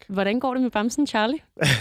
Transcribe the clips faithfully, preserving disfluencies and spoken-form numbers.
Hvordan går det med bamsen Charlie?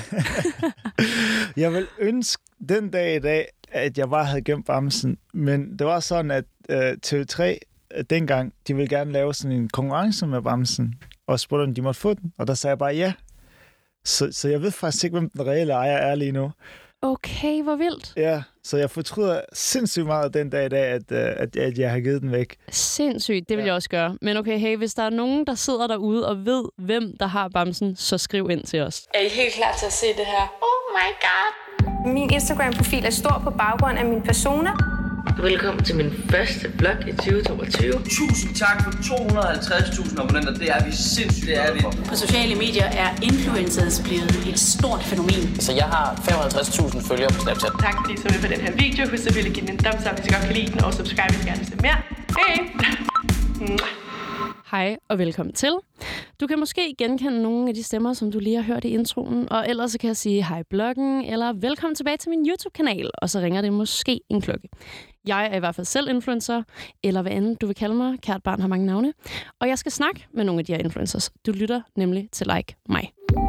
Jeg vil ønske den dag i dag, at jeg bare havde gemt bamsen. Men det var sådan, at øh, T V tre øh, dengang, de ville gerne lave sådan en konkurrence med bamsen. Og spurgte, om de måtte få den. Og der sagde jeg bare ja. Så, så jeg ved faktisk ikke, hvem den reelle ejer er lige nu. Okay, hvor vildt. Ja, så jeg fortryder sindssygt meget den dag i dag, at, at, at jeg har givet den væk. Sindssygt, det vil ja. jeg også gøre. Men okay, hey, hvis der er nogen, der sidder derude og ved, hvem der har bamsen, så skriv ind til os. Er I helt klar til at se det her? Oh my god. Min Instagram-profil er stor på baggrund af min persona. Velkommen til min første vlog i tyve toogtyve. Tusind tak for to hundrede og halvtreds tusind abonnenter. Det er vi sindssygt det er vi. På sociale medier er influencers blevet et stort fænomen. Så jeg har femoghalvtreds tusind følgere på Snapchat. Tak fordi I så med på den her video. Husk selvfølgelig at give den en thumbs up, hvis I godt kan lide den. Og subscribe, hvis I gerne vil se mere. Hej! Hej og velkommen til. Du kan måske genkende nogle af de stemmer, som du lige har hørt i introen, og ellers så kan jeg sige hej bloggen, eller velkommen tilbage til min YouTube-kanal, og så ringer det måske en klokke. Jeg er i hvert fald selv influencer, eller hvad andet du vil kalde mig. Kært barn har mange navne. Og jeg skal snakke med nogle af de her influencers. Du lytter nemlig til Like mig.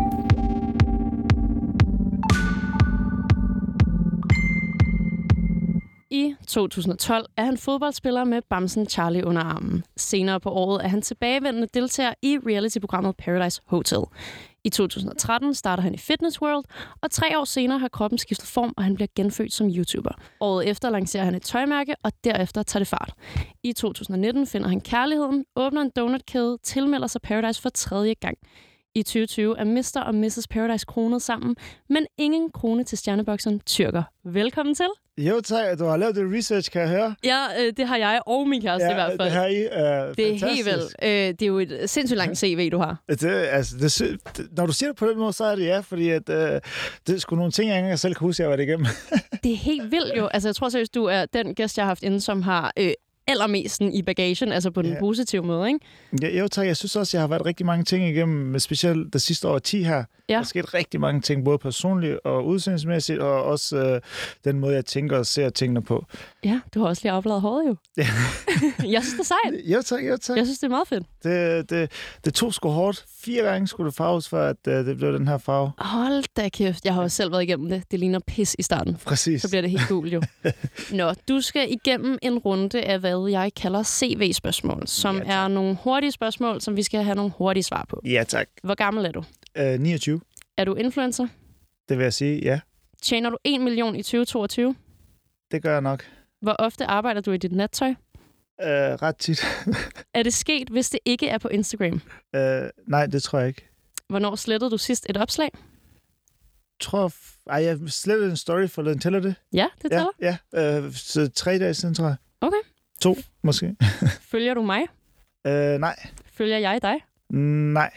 I to tusind og tolv er han fodboldspiller med bamsen Charlie under armen. Senere på året er han tilbagevendende deltager i reality-programmet Paradise Hotel. I to tusind og tretten starter han i Fitness World, og tre år senere har kroppen skiftet form, og han bliver genfødt som YouTuber. Året efter lancerer han et tøjmærke, og derefter tager det fart. I to tusind og nitten finder han kærligheden, åbner en donutkæde, tilmelder sig Paradise for tredje gang. I tyve tyve er mister og missus Paradise kronet sammen, men ingen krone til stjernebokseren Tyrker. Velkommen til. Jo tak, du har lavet det research, kan jeg høre. Ja, øh, det har jeg og min kæreste ja, i hvert fald. det har I. Uh, det er helt vildt. Øh, det er jo et sindssygt langt C V, du har. Det, altså, det, det, når du siger det på den måde, så er det ja, fordi at, uh, det er sgu nogle ting, jeg ikke engang selv kan huske, jeg har været igennem. Det er helt vildt jo. Altså, jeg tror seriøst, du er den gæst, jeg har haft inde, som har øh, allermesten i bagagen, altså på den ja. positive måde, ikke? Ja, jo tak. Jeg synes også, jeg har været rigtig mange ting igennem, specielt det sidste år ti her. Ja. Der er sket rigtig mange ting, både personligt og udseendsmæssigt, og også øh, den måde, jeg tænker og ser tingene på. Ja, du har også lige afbladet håret jo. Ja. Jeg synes, det er sejt. Jo tak, jo tak. Jeg synes, det er meget fedt. Det, det, det tog sgu hårdt. Fire gange skulle det farves, for at uh, det blev den her farve. Hold da kæft. Jeg har også selv været igennem det. Det ligner pis i starten. Præcis. Så bliver det helt gult jo. Nå, du skal igennem en runde af, hvad jeg kalder C V-spørgsmål, som ja, er nogle hurtige spørgsmål, som vi skal have nogle hurtige svar på. Ja, tak. Hvor gammel er du? Uh, niogtyve. Er du influencer? Det vil jeg sige, ja. Tjener du en million i tyve toogtyve? Det gør jeg nok. Hvor ofte arbejder du i dit nattøj? Uh, ret tit. Er det sket, hvis det ikke er på Instagram? Uh, nej, det tror jeg ikke. Hvornår slettede du sidst et opslag? Tror Ej, jeg slettede en story for den. Tæller det? Ja, det tæller. Ja, ja. Uh, så tre dage siden, tror jeg. Okay. To, måske. Følger du mig? Uh, nej. Følger jeg dig? Nej.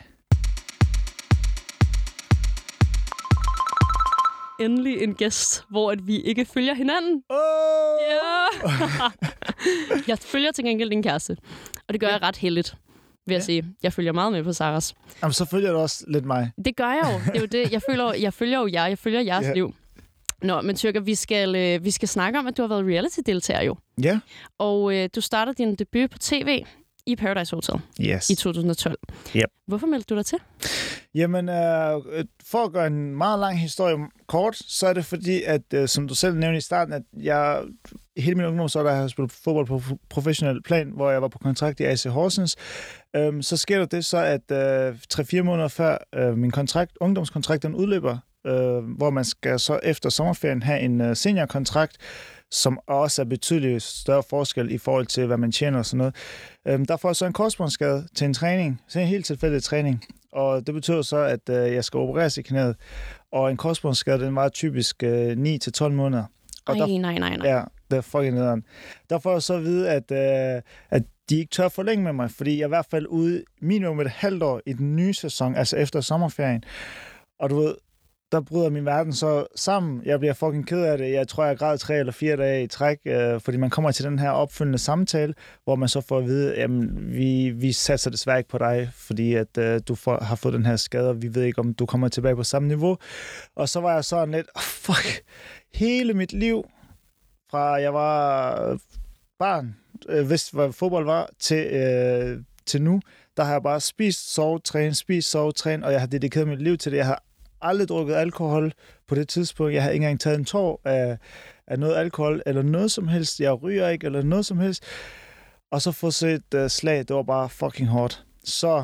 Endelig en gæst, hvor at vi ikke følger hinanden. Oh! Ja. Jeg følger til gengæld din kæreste, og det gør jeg ret heldigt, vil jeg ja. sige. Jeg følger meget med på Saras. Jamen, så følger du også lidt mig. Det gør jeg jo. Det er jo det. Jeg følger, jeg følger jo jer. Jeg følger jeres yeah. liv. Nå, men Tyrker, vi skal, øh, vi skal snakke om, at du har været reality-deltager jo. Ja. Yeah. Og øh, du starter din debut på tv i Paradise Hotel yes. i to tusind og tolv. Yep. Hvorfor meldte du dig til? Jamen, øh, for at gøre en meget lang historie kort, så er det fordi, at øh, som du selv nævnte i starten, at jeg hele min ungdomsår, der har jeg spillet fodbold på professionel plan, hvor jeg var på kontrakt i A C Horsens. Øhm, så sker der det så, at øh, tre-fire måneder før øh, min kontrakt, ungdomskontrakt, den udløber, øh, hvor man skal så efter sommerferien have en øh, seniorkontrakt, som også er betydeligt større forskel i forhold til, hvad man tjener og sådan noget. Øhm, der får jeg så en korsbåndsskade til en træning, så en helt tilfældig træning. Og det betyder så, at øh, jeg skal opereres i knæet. Og en korsbåndsskade, den var typisk øh, ni til tolv måneder. Og Ej, der, nej, nej, nej. Ja, det er fucking nederen. Der får jeg så at vide, at, øh, at de ikke tør forlænge med mig, fordi jeg er i hvert fald ude minimum et halvt år i den nye sæson, altså efter sommerferien. Og du ved, der bryder min verden så sammen. Jeg bliver fucking ked af det. Jeg tror, jeg græd tre eller fire dage i træk, øh, fordi man kommer til den her opfølgende samtale, hvor man så får at vide, jamen, vi, vi satser desværre ikke på dig, fordi at øh, du får, har fået den her skade, og vi ved ikke, om du kommer tilbage på samme niveau. Og så var jeg sådan lidt, oh, fuck, hele mit liv, fra jeg var barn, øh, vidste, hvad fodbold var, til, øh, til nu, der har jeg bare spist, sovet, trænet, spist, sovet, trænet, og jeg har dedikeret mit liv til det. Jeg har aldrig drukket alkohol på det tidspunkt. Jeg har ikke engang taget en tår af, af noget alkohol, eller noget som helst. Jeg ryger ikke, eller noget som helst. Og så få set et uh, slag, det var bare fucking hårdt. Så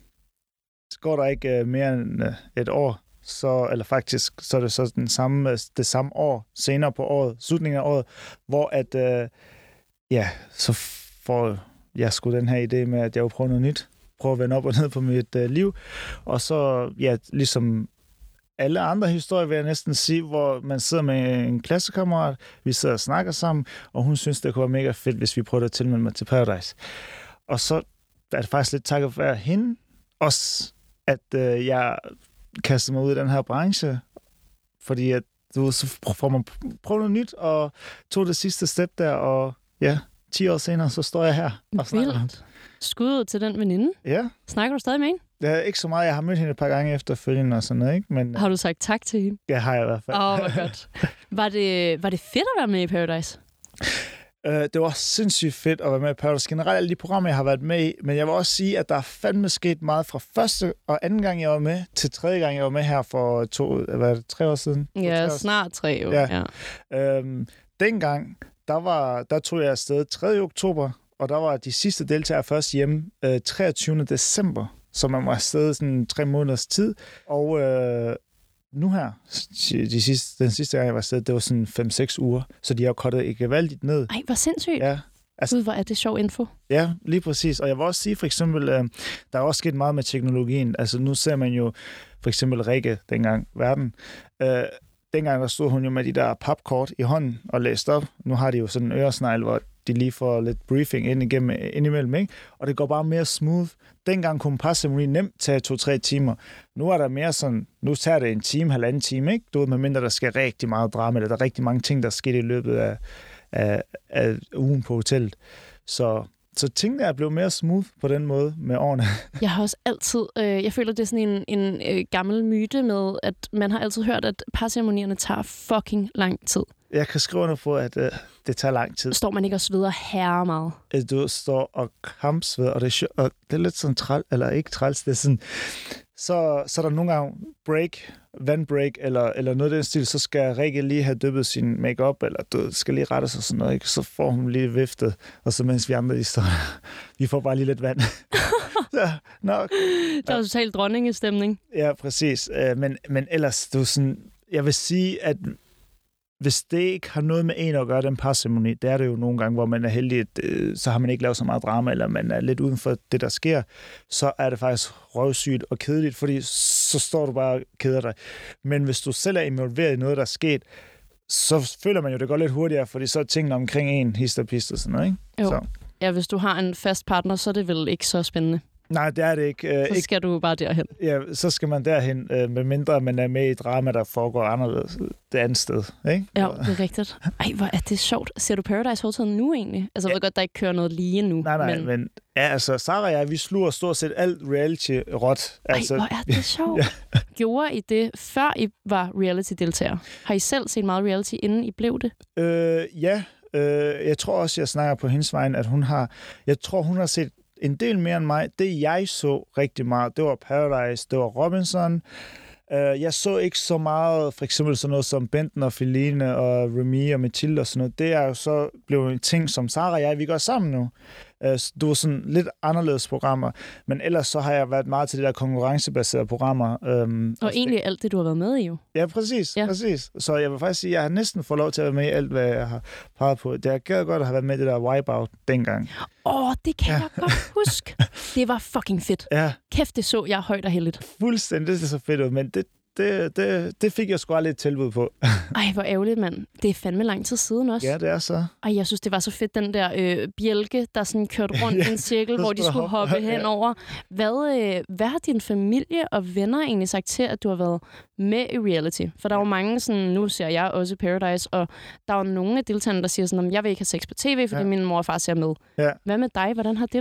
går der ikke uh, mere end uh, et år, så, eller faktisk, så er det så den samme, det samme år, senere på året, slutningen af året, hvor at, uh, ja, så får jeg sgu den her idé med, at jeg vil prøve noget nyt. Prøve at vende op og ned på mit uh, liv. Og så, ja, ligesom alle andre historier, vil jeg næsten sige, hvor man sidder med en klassekammerat, vi sidder og snakker sammen, og hun synes, det kunne være mega fedt, hvis vi prøvede at tilmelde mig til Paradise. Og så er det faktisk lidt takket for hende, også at øh, jeg kastede mig ud i den her branche, fordi at, du, så får man prøve noget nyt, og tog det sidste step der, og ja, ti år senere, så står jeg her og snakker. Vildt. Skud til den veninde. Ja. Snakker du stadig med hende? Det er ikke så meget. Jeg har mødt hende et par gange efterfølgende og sådan noget, ikke? Men, har du sagt tak til hende? Ja, har jeg i hvert fald. Åh, oh, hvor godt. Var det, var det fedt at være med i Paradise? Uh, det var sindssygt fedt at være med i Paradise. Generelt alle de programmer, jeg har været med i. Men jeg vil også sige, at der er fandme sket meget fra første og anden gang, jeg var med, til tredje gang, jeg var med her for to, hvad er det, tre år siden? Ja, år snart tre år. Ja. Ja. Øhm, dengang, der, var, der tog jeg afsted tredje oktober, og der var de sidste deltagere først hjemme øh, treogtyvende december, så man var afsted sådan tre måneders tid. Og øh, nu her, de sidste, den sidste gang, jeg var afsted, det var sådan fem seks uger, så de har kottet ikke gevaldigt ned. Ej, hvor sindssygt. Ja. Altså, Gud, hvor er det sjov info. Ja, lige præcis. Og jeg vil også sige, for eksempel, øh, der er også sket meget med teknologien. Altså, nu ser man jo for eksempel Rikke, dengang verden. Øh, dengang der stod hun jo med de der papkort i hånden og læste op. Nu har de jo sådan en øresnegl, hvor de lige får lidt briefing ind igennem, indimellem, ikke? Og det går bare mere smooth. Dengang kunne parceremoni nemt tage to-tre timer. Nu er der mere sådan, nu tager det en time, halvanden time, ikke? Du ved, medmindre der sker rigtig meget drama, eller der er rigtig mange ting, der sker i løbet af, af, af ugen på hotellet. Så, så tingene er blevet mere smooth på den måde med årene. Jeg har også altid, øh, jeg føler, det er sådan en, en øh, gammel myte med, at man har altid hørt, at parceremonierne tager fucking lang tid. Jeg kan skrive under på, at øh, det tager lang tid. Står man ikke og sveder herre meget? Du står og kampsveder, og det er, og det er lidt sådan træl, eller ikke træls, det er sådan, så, så er der nogle gange break, vandbreak, eller, eller noget af den stil, så skal Rikke lige have dyppet sin makeup eller du skal lige rette sig og sådan noget, ikke? Så får hun lige viftet, og så mens vi andre de står der, vi får bare lige lidt vand. Så, nok. Der er totalt dronningestemning. Ja, præcis. Men, men ellers, du sådan, jeg vil sige, at hvis det ikke har noget med en at gøre, den parceremoni, det er det jo nogle gange, hvor man er heldig, at, øh, så har man ikke lavet så meget drama, eller man er lidt uden for det, der sker, så er det faktisk røvsygt og kedeligt, fordi så står du bare og keder dig. Men hvis du selv er involveret i noget, der er sket, så føler man jo, det går lidt hurtigere, fordi så er tingene omkring en histerpist og sådan noget, ikke? Jo. Så. Ja, hvis du har en fast partner, så er det vel ikke så spændende. Nej, det er det ikke. Så skal ikke, du bare derhen. Ja, så skal man derhen, med mindre man er med i drama, der foregår anderledes det andet sted, ikke? Ja, det er rigtigt. Ej, hvor er det sjovt. Ser du Paradise Hotel nu egentlig? Altså, jeg ja. ved godt, der ikke kører noget lige nu. Nej, nej, men, men ja, altså, Sara og jeg, vi sluger stort set alt reality-råt. Altså, ej, hvor er det sjovt. Ja. Gjorde I det, før I var reality-deltager? Har I selv set meget reality, inden I blev det? Øh, ja, øh, jeg tror også, jeg snakker på hendes vejen, at hun har, jeg tror, hun har set en del mere end mig. Det, jeg så rigtig meget, det var Paradise, det var Robinson. Uh, jeg så ikke så meget, for eksempel sådan noget som Benten og Feline og Remy og Mathilde og sådan noget. Det er jo så blevet en ting, som Sara og jeg, vi går sammen nu. Uh, det var sådan lidt anderledes programmer. Men ellers så har jeg været meget til de der konkurrencebaserede programmer. Um, og egentlig det. alt det, du har været med i jo. Ja, præcis, ja. præcis. Så jeg vil faktisk sige, at jeg har næsten fået lov til at være med i alt, hvad jeg har peget på. Det er gad godt at have været med i det der Wipeout dengang. Åh, oh, det kan ja. jeg godt huske. Det var fucking fedt. Ja. Kæft, det så jeg højt og heldigt. Fuldstændig, det er så fedt ud, men det, det, det, det fik jeg sgu aldrig et tilbud på. Ej, hvor ærgerligt, mand. Det er fandme lang tid siden også. Ja, det er så. Ej, jeg synes, det var så fedt, den der øh, bjælke, der sådan kørte rundt ja, i en cirkel, hvor de skulle hoppe ja. henover. Hvad, øh, hvad har din familie og venner egentlig sagt til, at du har været med i reality? For der er jo mange, sådan, nu ser jeg også Paradise, og der er jo nogle af deltagerne, der siger sådan, jeg vil ikke have sex på tv, fordi ja. min mor og far ser med. Ja. Hvad med dig? Hvordan har det været?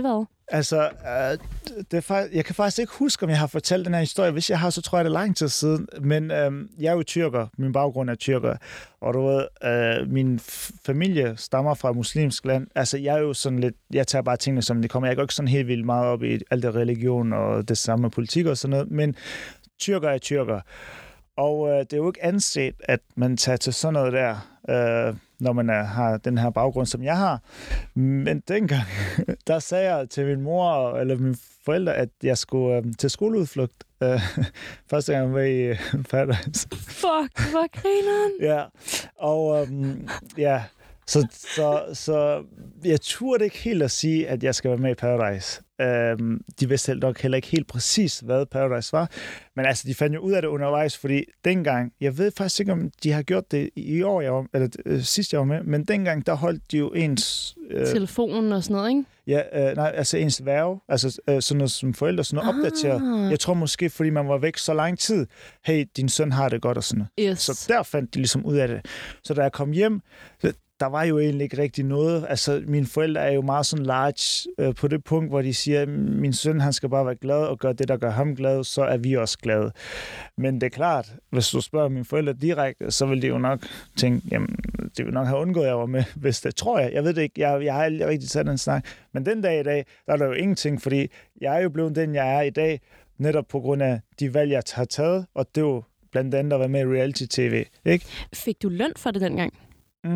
Altså, øh, det er faktisk, jeg kan faktisk ikke huske, om jeg har fortalt den her historie. Hvis jeg har, så tror jeg, det er lang tid siden. Men øh, jeg er jo tyrker. Min baggrund er tyrker. Og du ved, øh, min f- familie stammer fra muslimsk land. Altså, jeg er jo sådan lidt... Jeg tager bare tingene, som de kommer. Jeg går ikke sådan helt vildt meget op i alt det religion og det samme politik og sådan noget. Men tyrker er tyrker. Og øh, det er jo ikke anset, at man tager til sådan noget der... Øh, når man er, har den her baggrund, som jeg har. Men dengang, der sagde jeg til min mor eller mine forældre, at jeg skulle øh, til skoleudflugt. Øh, første gang jeg var i øh, Paradise. Fuck, hvor grineren. Ja, og øhm, ja, så, så, så jeg turde ikke helt at sige, at jeg skal være med i Paradise. Øhm, de vidste nok heller ikke helt præcis, hvad Paradise var. Men altså, de fandt jo ud af det undervejs, fordi dengang, jeg ved faktisk ikke, om de har gjort det i år, jeg var, eller øh, sidst jeg var med, men dengang, der holdt de jo ens... Øh, telefonen og sådan noget, ikke? Ja, øh, nej, altså ens værve, altså øh, sådan noget som forældre, sådan noget ah. opdateret. Jeg tror måske, fordi man var væk så lang tid, hey, din søn har det godt og sådan noget. Yes. Så der fandt de ligesom ud af det. Så da jeg kom hjem, der var jo egentlig ikke rigtig noget. Altså, mine forældre er jo meget sådan large øh, på det punkt, hvor de siger, at min søn, han skal bare være glad og gøre det, der gør ham glad, så er vi også glade. Men det er klart, hvis du spørger mine forældre direkte, så vil de jo nok tænke, jamen, det vil nok have undgået, at jeg var med, hvis det tror jeg. Jeg ved det ikke, jeg, jeg har aldrig rigtig taget den snak. Men den dag i dag, der er der jo ingenting, fordi jeg er jo blevet den, jeg er i dag, netop på grund af de valg, jeg har taget, og det er jo blandt andet at være med i reality-tv, ikke? Fik du løn for det dengang? Mm,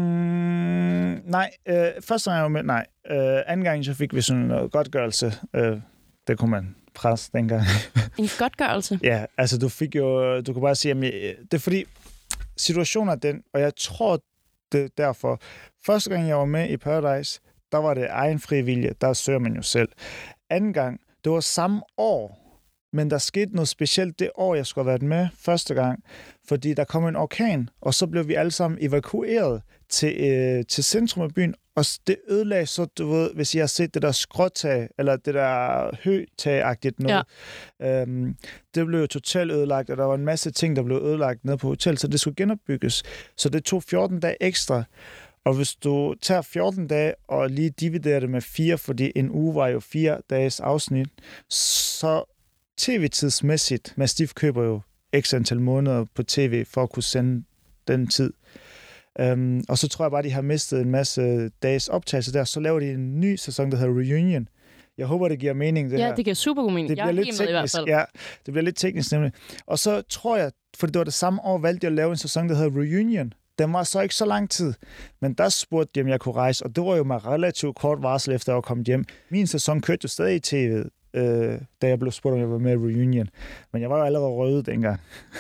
nej, øh, første gang jeg var med, nej. Øh, anden gang så fik vi sådan noget godtgørelse. Øh, det kunne man presse dengang. En godtgørelse? Ja, altså du fik jo, du kunne bare sige, jamen, det er fordi situationen er den, og jeg tror det er derfor. Første gang jeg var med i Paradise, der var det egen frivillige, der søger man jo selv. Anden gang, det var samme år, men der skete noget specielt det år, jeg skulle have været med første gang, fordi der kom en orkan, og så blev vi alle sammen evakueret til, øh, til centrum af byen, og det ødelagde så, du ved, hvis I har set det der skråtag, eller det der høtag-agtigt noget, ja. øhm, det blev jo totalt ødelagt, og der var en masse ting, der blev ødelagt nede på hotel, så det skulle genopbygges. Så det tog fjorten dage ekstra. Og hvis du tager fjorten dage og lige dividerer det med fire, fordi en uge var jo fire dages afsnit, så tv-tidsmæssigt, Mastiff køber jo x antal måneder på tv for at kunne sende den tid. Um, og så tror jeg bare, de har mistet en masse dages optagelse der. Så laver de en ny sæson, der hedder Reunion. Jeg håber, det giver mening, det ja, her. Ja, det giver super god mening. Det jeg bliver lidt teknisk, i hvert fald. Ja, det bliver lidt teknisk nemlig. Og så tror jeg, for det var det samme år, valgte jeg at lave en sæson, der hedder Reunion. Den var så ikke så lang tid, men der spurgte de, om jeg kunne rejse, og det var jo med relativt kort varsel, efter jeg var kommet hjem. Min sæson kørte jo stadig i tv'et, øh, da jeg blev spurgt, om jeg var med i Reunion. Men jeg var jo allerede røget dengang.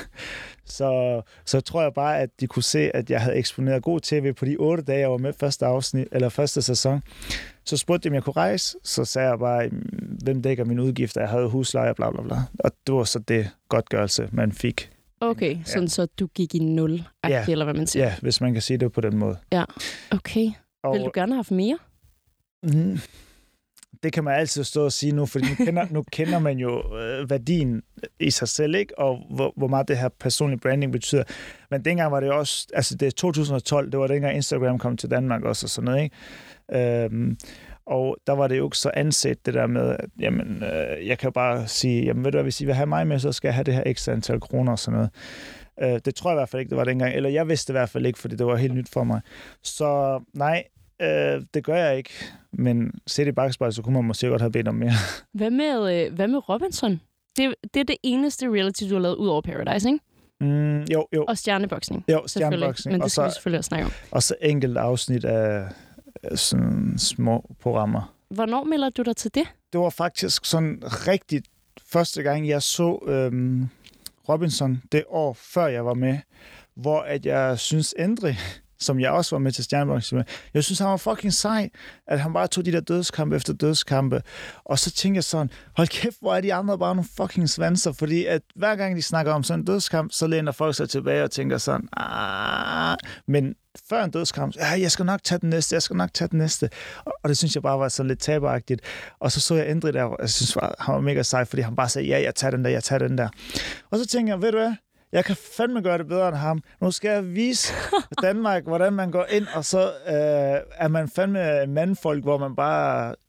så, så tror jeg bare, at de kunne se, at jeg havde eksponeret god tv på de otte dage, jeg var med første afsnit, eller første sæson. Så spurgte de, om jeg kunne rejse, så sagde jeg bare, hvem dækker mine udgifter, jeg havde husleje, bla bla bla. Og det var så det godtgørelse, man fik. Okay, ja. Sådan så du gik i nul, ja. Eller hvad man siger. Ja, hvis man kan sige det på den måde. Ja, okay. Og, vil du gerne have haft mere? Mm, det kan man altid stå og sige nu, fordi nu kender, nu kender man jo øh, værdien i sig selv, ikke? Og hvor, hvor meget det her personlig branding betyder. Men dengang var det også, altså det er to tusind og tolv, det var dengang Instagram kom til Danmark også og sådan noget, ikke? Øhm, Og der var det jo ikke så anset, det der med, at jamen, øh, jeg kan jo bare sige, jamen ved du hvad, hvis I vil have mig med, så skal jeg have det her ekstra antal kroner og sådan noget. Øh, det tror jeg i hvert fald ikke, det var dengang. Eller jeg vidste det i hvert fald ikke, fordi det var helt nyt for mig. Så nej, øh, det gør jeg ikke. Men set i bakspejlet, så kunne man måske godt have bedt om mere. Hvad med, øh, hvad med Robinson? Det, det er det eneste reality, du har lavet ud over Paradise, ikke? Mm, jo, jo. Og stjerneboksning. Jo, stjerneboksning. Men det skal og så, vi selvfølgelig også snakke om. Og så enkelt afsnit af sådan små programmer. Hvornår melder du dig til det? Det var faktisk sådan rigtigt første gang, jeg så øhm, Robinson det år, før jeg var med, hvor at jeg synes Endre, som jeg også var med til stjerneboksning med, jeg synes, han var fucking sej, at han bare tog de der dødskampe efter dødskampe. Og så tænkte jeg sådan, hold kæft, hvor er de andre bare nogle fucking svanser, fordi at hver gang de snakker om sådan en dødskamp, så læner folk sig tilbage og tænker sådan, ah, men før en dødskamp, ja, jeg skal nok tage den næste, jeg skal nok tage den næste. Og, og det synes jeg bare var så lidt taberagtigt. Og så så jeg Endre der, og jeg synes, han var mega sej, fordi han bare sagde, ja, jeg tager den der, jeg tager den der. Og så tænker jeg, ved du hvad? Jeg kan fandme gøre det bedre end ham. Nu skal jeg vise Danmark, hvordan man går ind, og så øh, er man fandme mandfolk, hvor man bare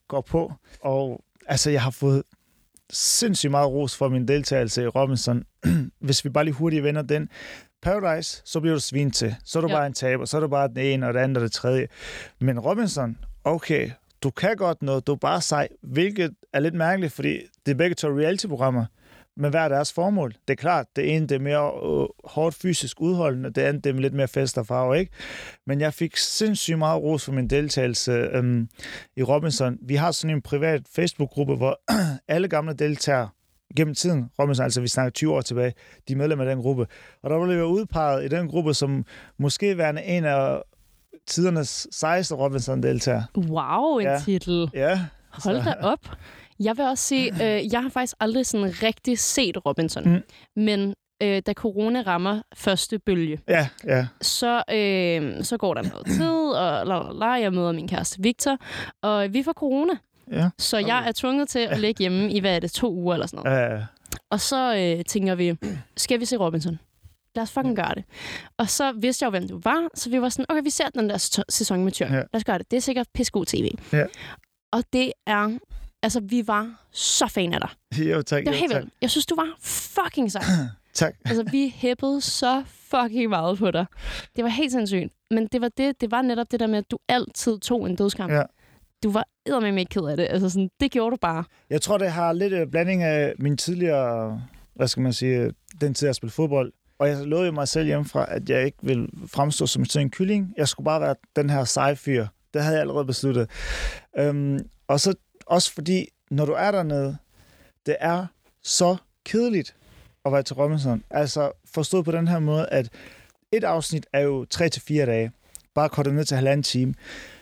går på. Og altså, jeg har fået sindssygt meget ros for min deltagelse i Robinson. Hvis vi bare lige hurtigt vender den. Paradise, så bliver du svin til. Så er du ja. bare en taber. Så er du bare den ene, og det andet og det tredje. Men Robinson, okay, du kan godt noget. Du er bare sej. Hvilket er lidt mærkeligt, fordi det er begge to reality-programmer. Men hvad er deres formål? Det er klart, det ene det er mere øh, hårdt fysisk udholdende, det andet det er lidt mere fest og farve, ikke? Men jeg fik sindssygt meget ros for min deltagelse øhm, i Robinson. Vi har sådan en privat Facebook-gruppe, hvor alle gamle deltagere gennem tiden, Robinson, altså vi snakker tyve år tilbage, de er medlemmer af den gruppe. Og der blev jeg udpeget i den gruppe som måske værende en af tidernes sejeste Robinson-deltagere. Wow, en ja. titel. Ja. Hold da op. Jeg vil også sige, øh, jeg har faktisk aldrig sådan rigtig set Robinson, mm. men øh, da corona rammer første bølge, ja, ja. Så, øh, så går der noget tid, og la, la, la, jeg møder min kæreste Victor, og vi får corona. Ja. Så okay. Jeg er tvunget til at ligge hjemme i, hvad er det, to uger eller sådan noget. Ja, ja. Og så øh, tænker vi, skal vi se Robinson? Lad os fucking gøre det. Og så vidste jeg jo, hvem du var, så vi var sådan, okay, vi ser den der sæson med Tjørn. Ja. Lad os gøre det. Det er sikkert pissegod tv. Ja. Og det er... Altså, vi var så fan af dig. Jo, tak. Det var jo, helt tak. vildt. Jeg synes, du var fucking sej. Tak. Altså, vi hæppede så fucking meget på dig. Det var helt sindssygt. Men det var, det, det var netop det der med, at du altid tog en dødskamp. Ja. Du var eddermame ikke ked af det. Altså, sådan, det gjorde du bare. Jeg tror, det har lidt blanding af min tidligere, hvad skal man sige, den tid, jeg spillede fodbold. Og jeg lovede mig selv hjemmefra, at jeg ikke ville fremstå som en kylling. Jeg skulle bare være den her seje fyr. Det havde jeg allerede besluttet. Øhm, og så også fordi, når du er dernede, det er så kedeligt at være til Robinson. Altså forstået på den her måde, at et afsnit er jo tre til fire dage. Bare kortet ned til halvanden time.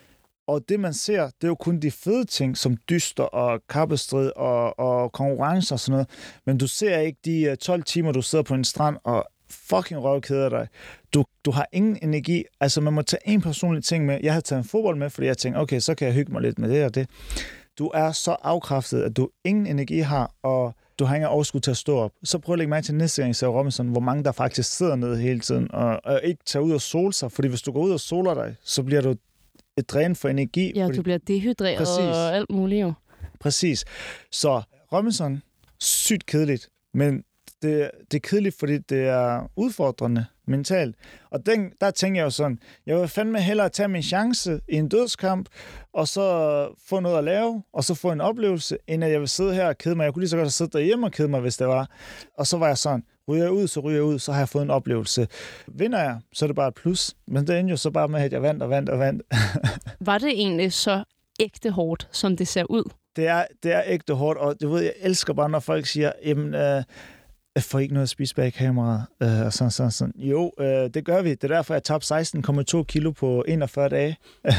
Og det, man ser, det er jo kun de fede ting, som dyster og kappestrid og, og konkurrencer og sådan noget. Men du ser ikke de tolv timer, du sidder på en strand og fucking røvkeder dig. Du, du har ingen energi. Altså, man må tage en personlig ting med. Jeg havde taget en fodbold med, fordi jeg tænkte, okay, så kan jeg hygge mig lidt med det og det. Du er så afkræftet, at du ingen energi har, og du har ingen overskud til at stå op. Så prøv at lægge mærke til næste gang i Sarah Robinson, hvor mange der faktisk sidder nede hele tiden, og, og ikke tager ud og sole sig. Fordi hvis du går ud og soler dig, så bliver du et dræn for energi. Ja, fordi... du bliver dehydreret Præcis. og alt muligt jo. Præcis. Så Robinson, sygt kedeligt, men det, det er kedeligt, fordi det er udfordrende mentalt. Og den, der tænker jeg jo sådan, jeg vil fandme hellere tage min chance i en dødskamp, og så få noget at lave, og så få en oplevelse, end at jeg vil sidde her og kede mig. Jeg kunne lige så godt have siddet derhjemme og kede mig, hvis det var. Og så var jeg sådan, ryger jeg ud, så ryger jeg ud, så har jeg fået en oplevelse. Vinder jeg, så er det bare et plus. Men det endte jo så bare med, at jeg vandt og vandt og vandt. Var det egentlig så ægte hårdt, som det ser ud? Det er, det er ægte hårdt, og du ved, jeg elsker bare, når folk siger, jamen, øh, jeg får ikke noget at spise bag kameraet, øh, og sådan, sådan, sådan. Jo, øh, det gør vi. Det er derfor, jeg tabte seksten komma to kilo på enogfyrre dage.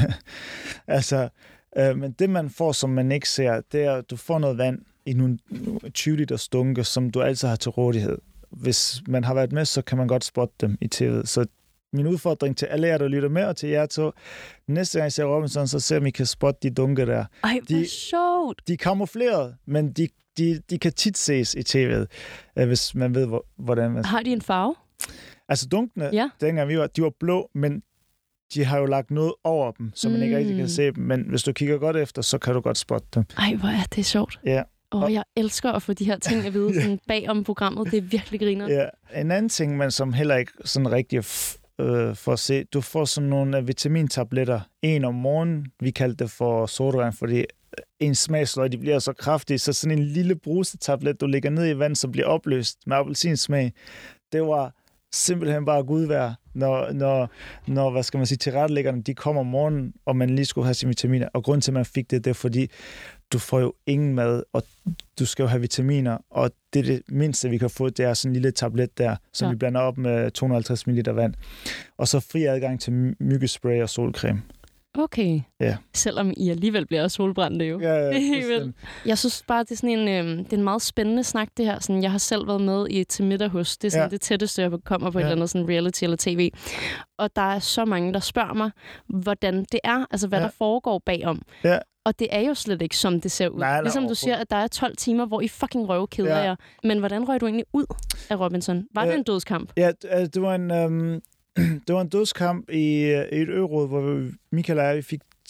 altså, øh, men det, man får, som man ikke ser, det er, at du får noget vand i nogle tyve liter stunke, som du altid har til rådighed. Hvis man har været med, så kan man godt spotte dem i T V'et. Så min udfordring til alle jer, der lytter med, og til jer to, næste gang I ser Robinson, så ser om I kan spotte de dunke der. Ej, hvor de, sjovt! De er kamufleret, men de, de, de kan tit ses i T V'et, hvis man ved, hvordan man... Har de en farve? Altså dunkene, ja. dengang vi var, de var blå, men de har jo lagt noget over dem, så man mm. ikke rigtig kan se dem. Men hvis du kigger godt efter, så kan du godt spotte dem. Ej, hvor er det sjovt. Ja. Åh, oh, jeg elsker at få de her ting at vide sådan bag om programmet. Det er virkelig griner. Ja. En anden ting, man som heller ikke sådan rigtig øh, får at se, du får sådan nogle uh, vitamintabletter. En om morgenen, vi kaldte det for sodavand, fordi en smagsløg, de bliver så kraftige, så sådan en lille brusetablet, du lægger ned i vand, som bliver opløst med appelsinsmag. Det var simpelthen bare gudvejr, når, når, når, hvad skal man sige, tilrettelæggerne, de kommer om morgenen, og man lige skulle have sine vitaminer. Og grunden til, at man fik det, det er fordi, du får jo ingen mad, og du skal jo have vitaminer, og det er det mindste, vi kan få, det er sådan en lille tablet der, som ja. vi blander op med to hundrede og halvtreds milliliter vand. Og så fri adgang til myggespray og solcreme. Okay. Ja. Selvom I alligevel bliver solbrændte jo. Ja, ja, jeg synes bare, det er sådan en, øh, det er en meget spændende snak, det her. Sådan, jeg har selv været med i Til middag hos. Det er sådan ja. det tætteste, jeg kommer på ja. et eller andet sådan reality eller tv. Og der er så mange, der spørger mig, hvordan det er, altså hvad ja. der foregår bagom. Ja. Og det er jo slet ikke, som det ser ud. Nej, nej, ligesom du siger, at der er tolv timer, hvor I fucking røvkeder ja. jer. Men hvordan røg du egentlig ud af Robinson? Var ja. det en dødskamp? Ja, det var en... Øhm Det var en dødskamp i, i et øråd, hvor Michael og jeg fik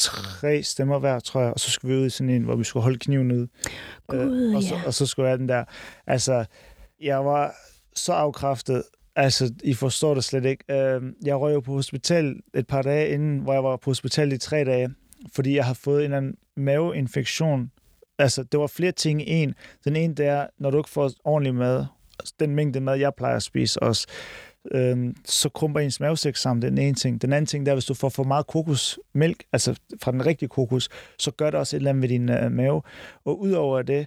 tre stemmer hver, tror jeg, og så skulle vi ud i sådan en, hvor vi skulle holde kniven ud. God, øh, og, så, ja. og så skulle jeg den der. Altså, jeg var så afkræftet. Altså, I forstår det slet ikke. Øh, jeg røg jo på hospital et par dage inden, hvor jeg var på hospital i tre dage, fordi jeg har fået en eller anden maveinfektion. Altså, det var flere ting i en. Den ene, det er, når du ikke får ordentlig mad, den mængde mad, jeg plejer at spise også, øhm, så krumper ens mavesæk sammen. Det er den ene ting. Den anden ting, det er, hvis du får for meget kokosmælk, altså fra den rigtige kokos, så gør det også et eller andet ved din øh, mave. Og udover det,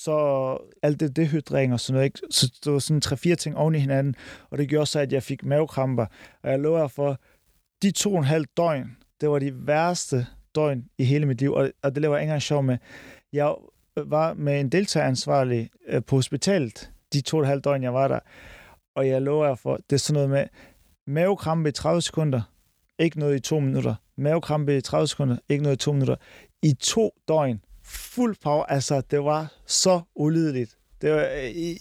så alt det dehydrering og sådan noget, ikke? Så det var sådan tre-fire ting oven i hinanden, og det gjorde så, at jeg fik mavekramper. Og jeg lover for, de to og en halv døgn, det var de værste døgn i hele mit liv, og, og det laver jeg ikke engang sjov med. Jeg var med en deltageransvarlig øh, på hospitalet, de to og en halv døgn, jeg var der. Og jeg lover jer for, det er sådan noget med mavekrampe i tredive sekunder, ikke noget i to minutter. Mavekrampe i tredive sekunder, ikke noget i to minutter. I to døgn, fuld power, altså det var så ulideligt. Det var,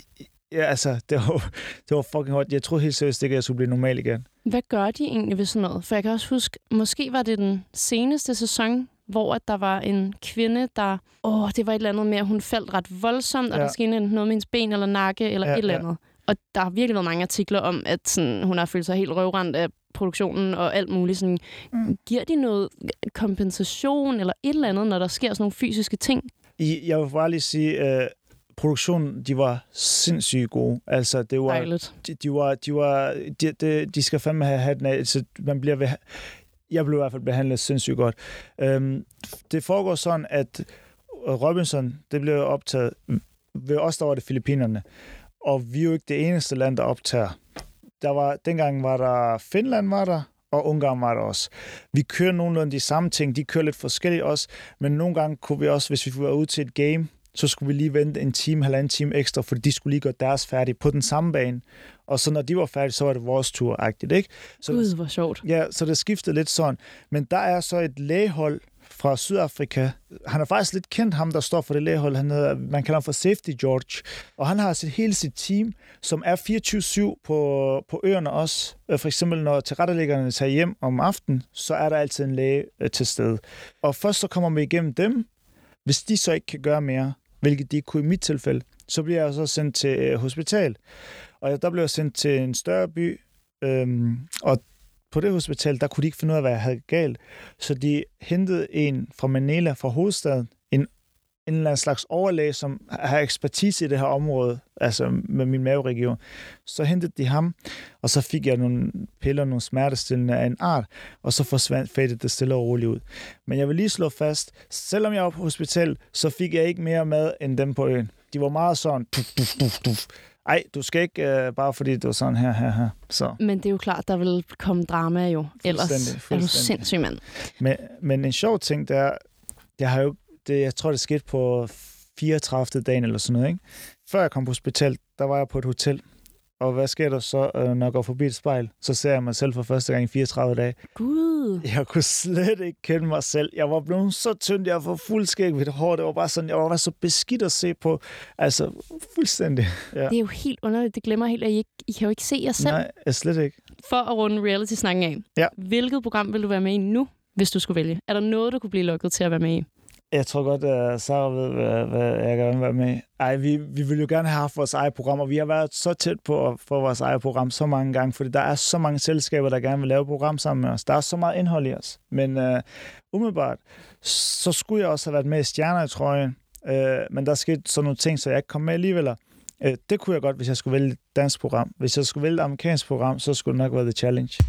ja, altså, det var, det var fucking hårdt. Jeg troede helt seriøst ikke, at jeg skulle blive normal igen. Hvad gør de egentlig ved sådan noget? For jeg kan også huske, måske var det den seneste sæson, hvor at der var en kvinde, der... Åh, det var et eller andet med, at hun faldt ret voldsomt, og ja. Der skete noget med hendes ben eller nakke eller ja, et eller andet. Ja. Og der har virkelig været mange artikler om, at sådan, hun har følt sig helt røvrendt af produktionen og alt muligt. Sådan, mm. Giver de noget kompensation eller et eller andet, når der sker sådan nogle fysiske ting? I, jeg vil bare lige sige, at øh, produktionen, de var sindssygt gode. Altså, det var... Dejligt. De, de var... De, var de, de, de skal fandme have hatten af. Så man bliver ved... Jeg blev i hvert fald behandlet sindssygt godt. Øhm, det foregår sådan, at Robinson, det blev optaget ved os, der var det Filippinerne. Og vi er jo ikke det eneste land, der optager. Der var, dengang var der Finland var der, og Ungarn var der også. Vi kører nogenlunde de samme ting. De kører lidt forskelligt også, men nogle gange kunne vi også, hvis vi var ude til et game, så skulle vi lige vente en time, halvanden time ekstra, for de skulle lige gøre deres færdige på den samme bane. Og så når de var færdige, så var det vores tur-agtigt, ikke? Så, Gud, hvor sjovt. Ja, så det skiftede lidt sådan. Men der er så et lægehold fra Sydafrika. Han er faktisk lidt kendt, ham der står for det lægehold. Han hedder, man kalder ham for Safety George. Og han har sit, hele sit team, som er fireogtyve syv på, på øerne også. For eksempel når tilrettelæggerne tager hjem om aftenen, så er der altid en læge øh, til stede. Og først så kommer vi igennem dem. Hvis de så ikke kan gøre mere, hvilket de ikke kunne i mit tilfælde, så bliver jeg så sendt til øh, hospital. Og der blev jeg sendt til en større by, øhm, og på det hospital, der kunne de ikke finde ud af, hvad jeg havde galt. Så de hentede en fra Manila, fra hovedstaden, en, en eller anden slags overlæge, som har ekspertise i det her område, altså med min maveregion. Så hentede de ham, og så fik jeg nogle piller, nogle smertestillende af en art, og så forsvandt fadede det stille og roligt ud. Men jeg vil lige slå fast, selvom jeg var på hospital, så fik jeg ikke mere mad end dem på øen. De var meget sådan... Duf, duf, duf, duf. Ej, du skal ikke, øh, bare fordi det var sådan her, her, her. Så. Men det er jo klart, der vil komme drama jo. Ellers fuldstændig, fuldstændig. Er du sindssyg, mand. Men, men en sjov ting, det er, jeg, har jo, det, jeg tror, det skete på fireogtredivte dagen eller sådan noget, ikke? Før jeg kom på hospital, der var jeg på et hotel. Og hvad sker der så, når jeg går forbi et spejl? Så ser jeg mig selv for første gang i fireogtredive dage. Gud! Jeg kunne slet ikke kende mig selv. Jeg var blevet så tynd, jeg var fuld skæg ved det hår. Det var bare sådan, jeg var bare så beskidt at se på. Altså, fuldstændig. Ja. Det er jo helt underligt. Det glemmer helt, at I, ikke, I kan jo ikke se jer selv. Nej, jeg slet ikke. For at runde reality-snakken af. Ja. Hvilket program vil du være med i nu, hvis du skulle vælge? Er der noget, du kunne blive lukket til at være med i? Jeg tror godt, at Sarah ved, hvad, hvad jeg gerne vil være med i. Ej, vi, vi vil jo gerne have haft vores eget program, og vi har været så tæt på at få vores eget program så mange gange, fordi der er så mange selskaber, der gerne vil lave et program sammen med os. Der er så meget indhold i os. Men uh, umiddelbart, så skulle jeg også have været med i Stjerner i trøjen, uh, men der skete sådan nogle ting, så jeg ikke kom med alligevel. Uh, det kunne jeg godt, hvis jeg skulle vælge et dansk program. Hvis jeg skulle vælge et amerikansk program, så skulle det nok være The Challenge.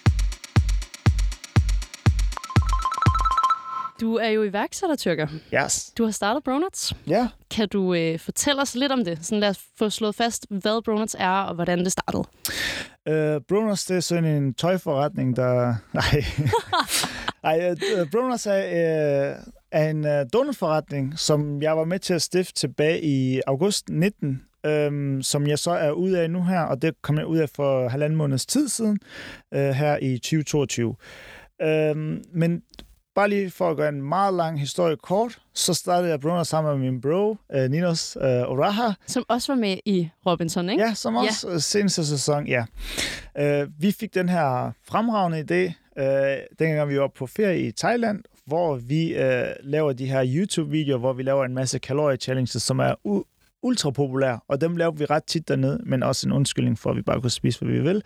Du er jo iværksætter, Tyrker. Yes. Du har startet Bronuts. Ja. Kan du øh, fortælle os lidt om det? Sådan lad os få slået fast, hvad Bronuts er, og hvordan det startede. Uh, Bronuts, det er sådan en tøjforretning, der... Nej. Nej, uh, Bronuts er, uh, er en uh, donutforretning, som jeg var med til at stifte tilbage i august nitten, um, som jeg så er ude af nu her, og det kom jeg ud af for halvanden måneds tid siden, uh, her i tyve toogtyve. Uh, men bare lige for at gøre en meget lang historie kort, så startede jeg Bronuts sammen med min bro, uh, Ninos uh, Oraha. Som også var med i Robinson, ikke? Ja, som også ja. seneste sæson, ja. Uh, vi fik den her fremragende idé, uh, dengang vi var på ferie i Thailand, hvor vi øh, laver de her YouTube-videoer, hvor vi laver en masse kalorie-challenges, som er u- ultra populære, og dem laver vi ret tit dernede, men også en undskyldning for, at vi bare kunne spise, hvad vi vil.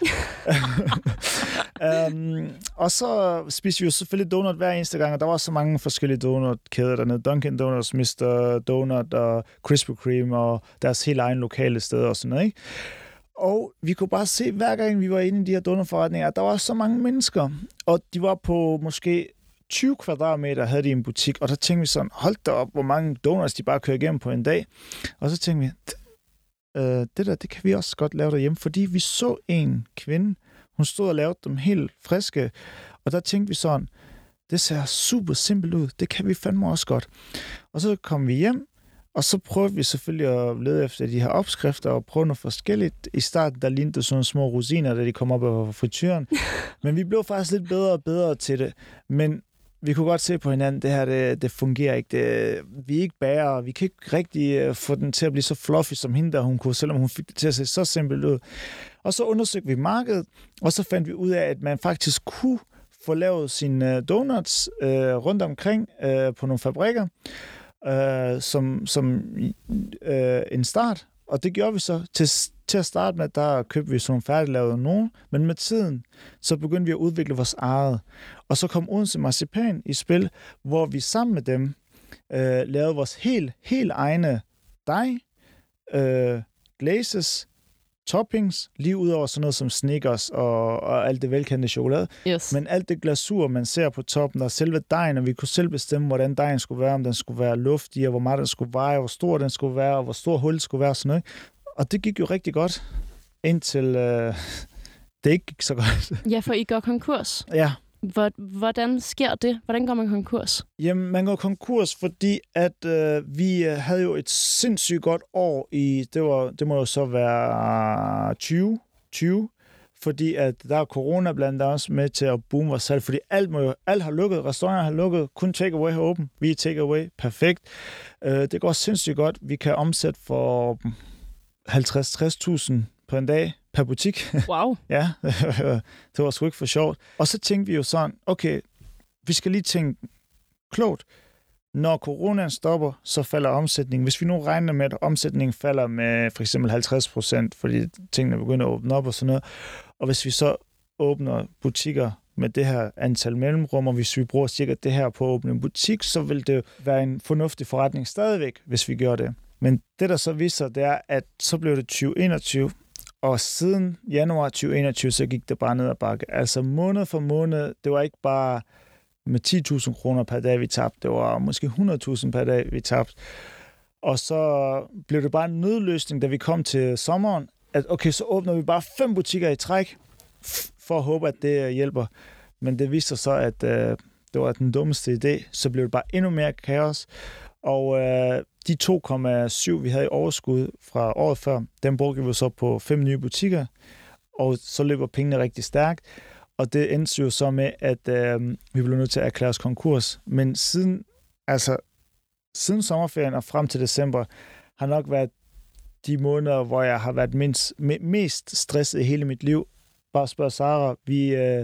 um, og så spiser vi jo selvfølgelig donut hver eneste gang, og der var så mange forskellige donutkæder dernede. Dunkin' Donuts, mister Donut og Krispy Kreme og deres helt egen lokale steder og sådan noget, ikke? Og vi kunne bare se, hver gang vi var inde i de her donutforretninger, at der var så mange mennesker, og de var på måske tyve kvadratmeter havde de en butik, og der tænkte vi sådan, hold da op, hvor mange donuts de bare kører igennem på en dag. Og så tænkte vi, øh, det der, det kan vi også godt lave derhjemme, fordi vi så en kvinde, hun stod og lavede dem helt friske, og der tænkte vi sådan, det ser super simpelt ud, det kan vi fandme også godt. Og så kom vi hjem, og så prøvede vi selvfølgelig at lede efter de her opskrifter og prøve noget forskelligt. I starten, der lignede det sådan små rosiner, da de kom op af frityren. Men vi blev faktisk lidt bedre og bedre til det. Men vi kunne godt se på hinanden, det her, det, det fungerer ikke. Det, vi er ikke bager, vi kan ikke rigtig få den til at blive så fluffy som hende, der hun kunne, selvom hun fik det til at se så simpelt ud. Og så undersøgte vi markedet, og så fandt vi ud af, at man faktisk kunne få lavet sine donuts øh, rundt omkring øh, på nogle fabrikker, øh, som, som øh, en start. Og det gjorde vi så. Til, til at starte med, der købte vi sådan nogle færdiglavede nogen, men med tiden, så begyndte vi at udvikle vores eget. Og så kom Odense Marcipan i spil, hvor vi sammen med dem øh, lavede vores helt, helt egne dej, øh, glazes, toppings, lige ud over sådan noget som Snickers og, og alt det velkendte chokolade. Yes. Men alt det glasur, man ser på toppen, og selve dejen, og vi kunne selv bestemme, hvordan dejen skulle være, om den skulle være luftig, og hvor meget den skulle veje, hvor stor den skulle være, og hvor stor hul skulle være, sådan noget. Og det gik jo rigtig godt, indtil øh, det ikke gik så godt. Ja, for I går konkurs. Ja. Hvordan sker det? Hvordan går man konkurs? Jamen, man går konkurs, fordi at øh, vi havde jo et sindssygt godt år i, det, var, det må jo så være tyve tyve, fordi at der er corona blandt andet også med til at boome vores salg, fordi alt, må jo, alt har lukket, restauranter har lukket, kun takeaway har åben, vi er takeaway, perfekt. Øh, det går sindssygt godt, vi kan omsætte for halvtreds til tres tusind på en dag per butik. Wow. Ja, det var sgu ikke for sjovt. Og så tænkte vi jo sådan, okay, vi skal lige tænke klogt. Når coronaen stopper, så falder omsætningen. Hvis vi nu regner med, at omsætningen falder med for eksempel halvtreds procent, fordi tingene begynder at åbne op og sådan noget, og hvis vi så åbner butikker med det her antal mellemrum, og hvis vi bruger cirka det her på at åbne en butik, så vil det være en fornuftig forretning stadigvæk, hvis vi gør det. Men det, der så viser, det er, at så blev det tyve enogtyve, og siden januar tyve enogtyve, så gik det bare ned ad bakke. Altså måned for måned, det var ikke bare med ti tusind kroner per dag, vi tabte. Det var måske hundrede tusind per dag, vi tabte. Og så blev det bare en nødløsning, da vi kom til sommeren, at okay, så åbner vi bare fem butikker i træk, f- for at håbe, at det hjælper. Men det viste sig så, at øh, det var den dummeste idé. Så blev det bare endnu mere kaos. Og øh, de to komma syv, vi havde i overskud fra året før, dem brugte vi så på fem nye butikker, og så løber pengene rigtig stærkt. Og det endte jo så med, at øh, vi blev nødt til at erklære os konkurs. Men siden, altså, siden sommerferien og frem til december, har nok været de måneder, hvor jeg har været mindst, me- mest stresset i hele mit liv. Bare spørg Sara, vi... Øh,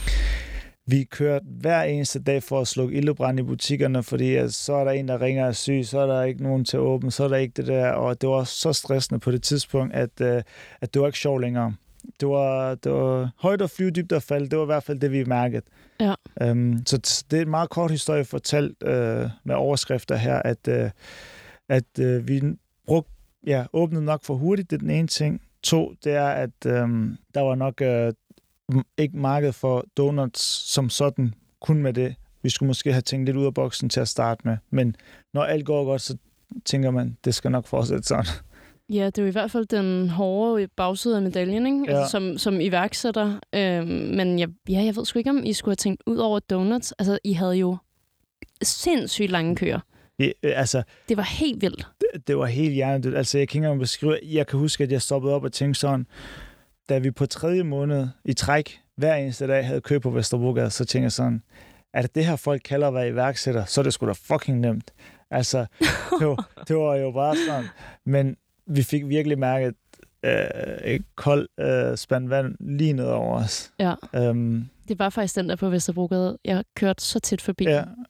Vi kørte hver eneste dag for at slukke ildebrand i butikkerne, fordi at så er der en, der ringer og er syg, så er der ikke nogen til at åbne, så er der ikke det der. Og det var så stressende på det tidspunkt, at, at det var ikke sjovt længere. Det var, det var højt at flyve, dybt at falde. Det var i hvert fald det, vi mærkede. Ja. Um, så det er en meget kort historie fortalt uh, med overskrifter her, at, uh, at uh, vi brugte, ja, åbnede nok for hurtigt. Det er den ene ting. To, det er, at um, der var nok... Uh, ikke marked for donuts som sådan, kun med det. Vi skulle måske have tænkt lidt ud af boksen til at starte med. Men når alt går godt, så tænker man, det skal nok fortsætte sådan. Ja, det er jo i hvert fald den hårde bagside af medaljen, ikke? Ja. Altså, som, som iværksætter. Øhm, men jeg, ja, jeg ved sgu ikke, om I skulle have tænkt ud over donuts. Altså, I havde jo sindssygt lange køer. Ja, altså, det var helt vildt. Det, det var helt hjernedødt. Altså, jeg kan ikke engang beskrive. Jeg kan huske, at jeg stoppede op og tænkte sådan, da vi på tredje måned i træk hver eneste dag havde kø på Vesterbrogade, så tænkte jeg sådan, er det det her folk kalder at være iværksætter, så er det sgu da fucking nemt. Altså, det var, det var jo bare sådan. Men vi fik virkelig mærket øh, et koldt øh, spand vand lige ned over os. Ja. Um, det var faktisk den der på Vesterbrogade. Jeg kørte så tæt forbi. Ja,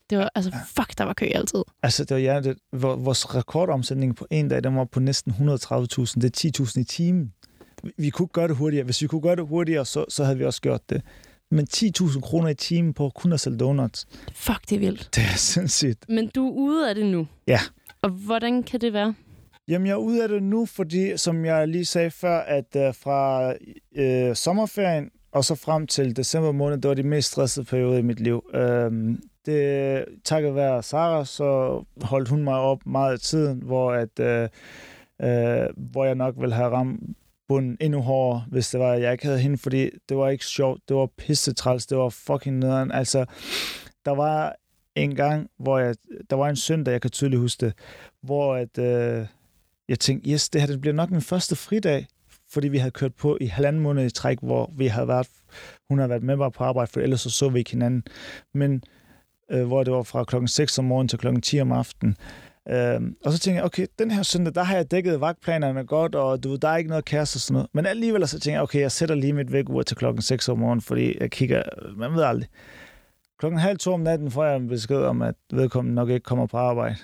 Det var, altså, fuck, der var kø altid. Altså, det var ja, det, vores rekordomsætning på en dag, den var på næsten et hundrede og tredive tusind. Det er ti tusind i timen. Vi, vi kunne gøre det hurtigere. Hvis vi kunne gøre det hurtigere, så, så havde vi også gjort det. Men ti tusind kroner i timen på kun at sælge donuts. Fuck, det er vildt. Det er sindssygt. Men du er ude af det nu? Ja. Og hvordan kan det være? Jamen, jeg er ude af det nu, fordi, som jeg lige sagde før, at uh, fra uh, sommerferien og så frem til december måned, det var de mest stressede perioder i mit liv. Uh, det takket være Sarah, så holdt hun mig op meget af tiden, hvor, at, uh, uh, hvor jeg nok ville have ramt bunden endnu hårdere, hvis det var, at jeg ikke havde hende, fordi det var ikke sjovt, det var pissetræls, det var fucking nederen. Altså, der var en gang, hvor jeg, der var en søndag, jeg kan tydeligt huske det, hvor at, øh, jeg tænkte, yes, det her det bliver nok min første fridag, fordi vi havde kørt på i halvanden måned i træk, hvor vi havde været, hun havde været med mig på arbejde, for ellers så så vi ikke hinanden. Men øh, hvor det var fra klokken seks om morgenen til klokken ti om aftenen. Øh, og så tænkte jeg, okay, den her søndag, der har jeg dækket vagtplanerne godt, og du, der er ikke noget kæreste og sådan noget. Men alligevel så tænkte jeg, okay, jeg sætter lige mit vækkeur til klokken seks om morgenen, fordi jeg kigger, man ved aldrig. Klokken halv to om natten får jeg en besked om, at vedkommende nok ikke kommer på arbejde.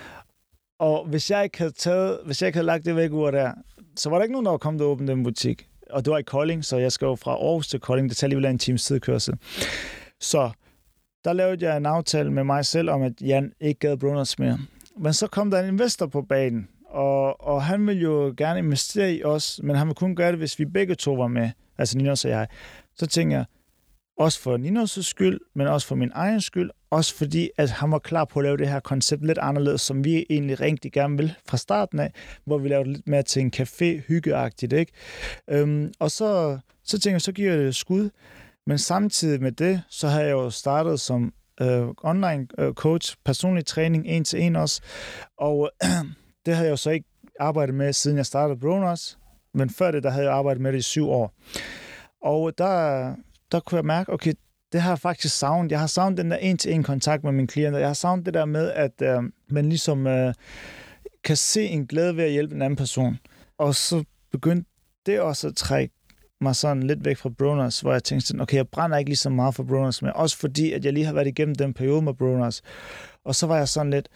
Og hvis jeg ikke havde taget, hvis jeg ikke havde lagt det vækkeur der, så var der ikke nogen, der var kommet og åbne den butik. Og det var i Kolding, så jeg skal jo fra Aarhus til Kolding. Det tager alligevel en times tidkørsel. Så der lavede jeg en aftale med mig selv om, at Jan ikke gad Bronuts mere. Men så kom der en investor på banen, og, og han ville jo gerne investere i os, men han ville kun gøre det, hvis vi begge to var med, altså Ninos og jeg. Så tænkte jeg, også for Ninos' skyld, men også for min egen skyld, også fordi, at han var klar på at lave det her koncept lidt anderledes, som vi egentlig rigtig gerne vil fra starten af, hvor vi lavede lidt mere til en café, hyggeagtigt, ikke? Øhm, og så, så tænkte jeg, så giver jeg det et skud, men samtidig med det, så har jeg jo startet som øh, online øh, coach, personlig træning, en til en også, og øh, det havde jeg jo så ikke arbejdet med, siden jeg startede Bronuts, men før det, der havde jeg arbejdet med det i syv år. Og der... der kunne jeg mærke, okay, det har jeg faktisk savnet. Jeg har savnet den der en-til-en kontakt med mine klienter. Jeg har savnet det der med, at øh, man ligesom øh, kan se en glæde ved at hjælpe en anden person. Og så begyndte det også at trække mig sådan lidt væk fra Bronuts, hvor jeg tænkte sådan, okay, jeg brænder ikke lige så meget for Bronuts, men også fordi, at jeg lige har været igennem den periode med Bronuts. Og så var jeg sådan lidt,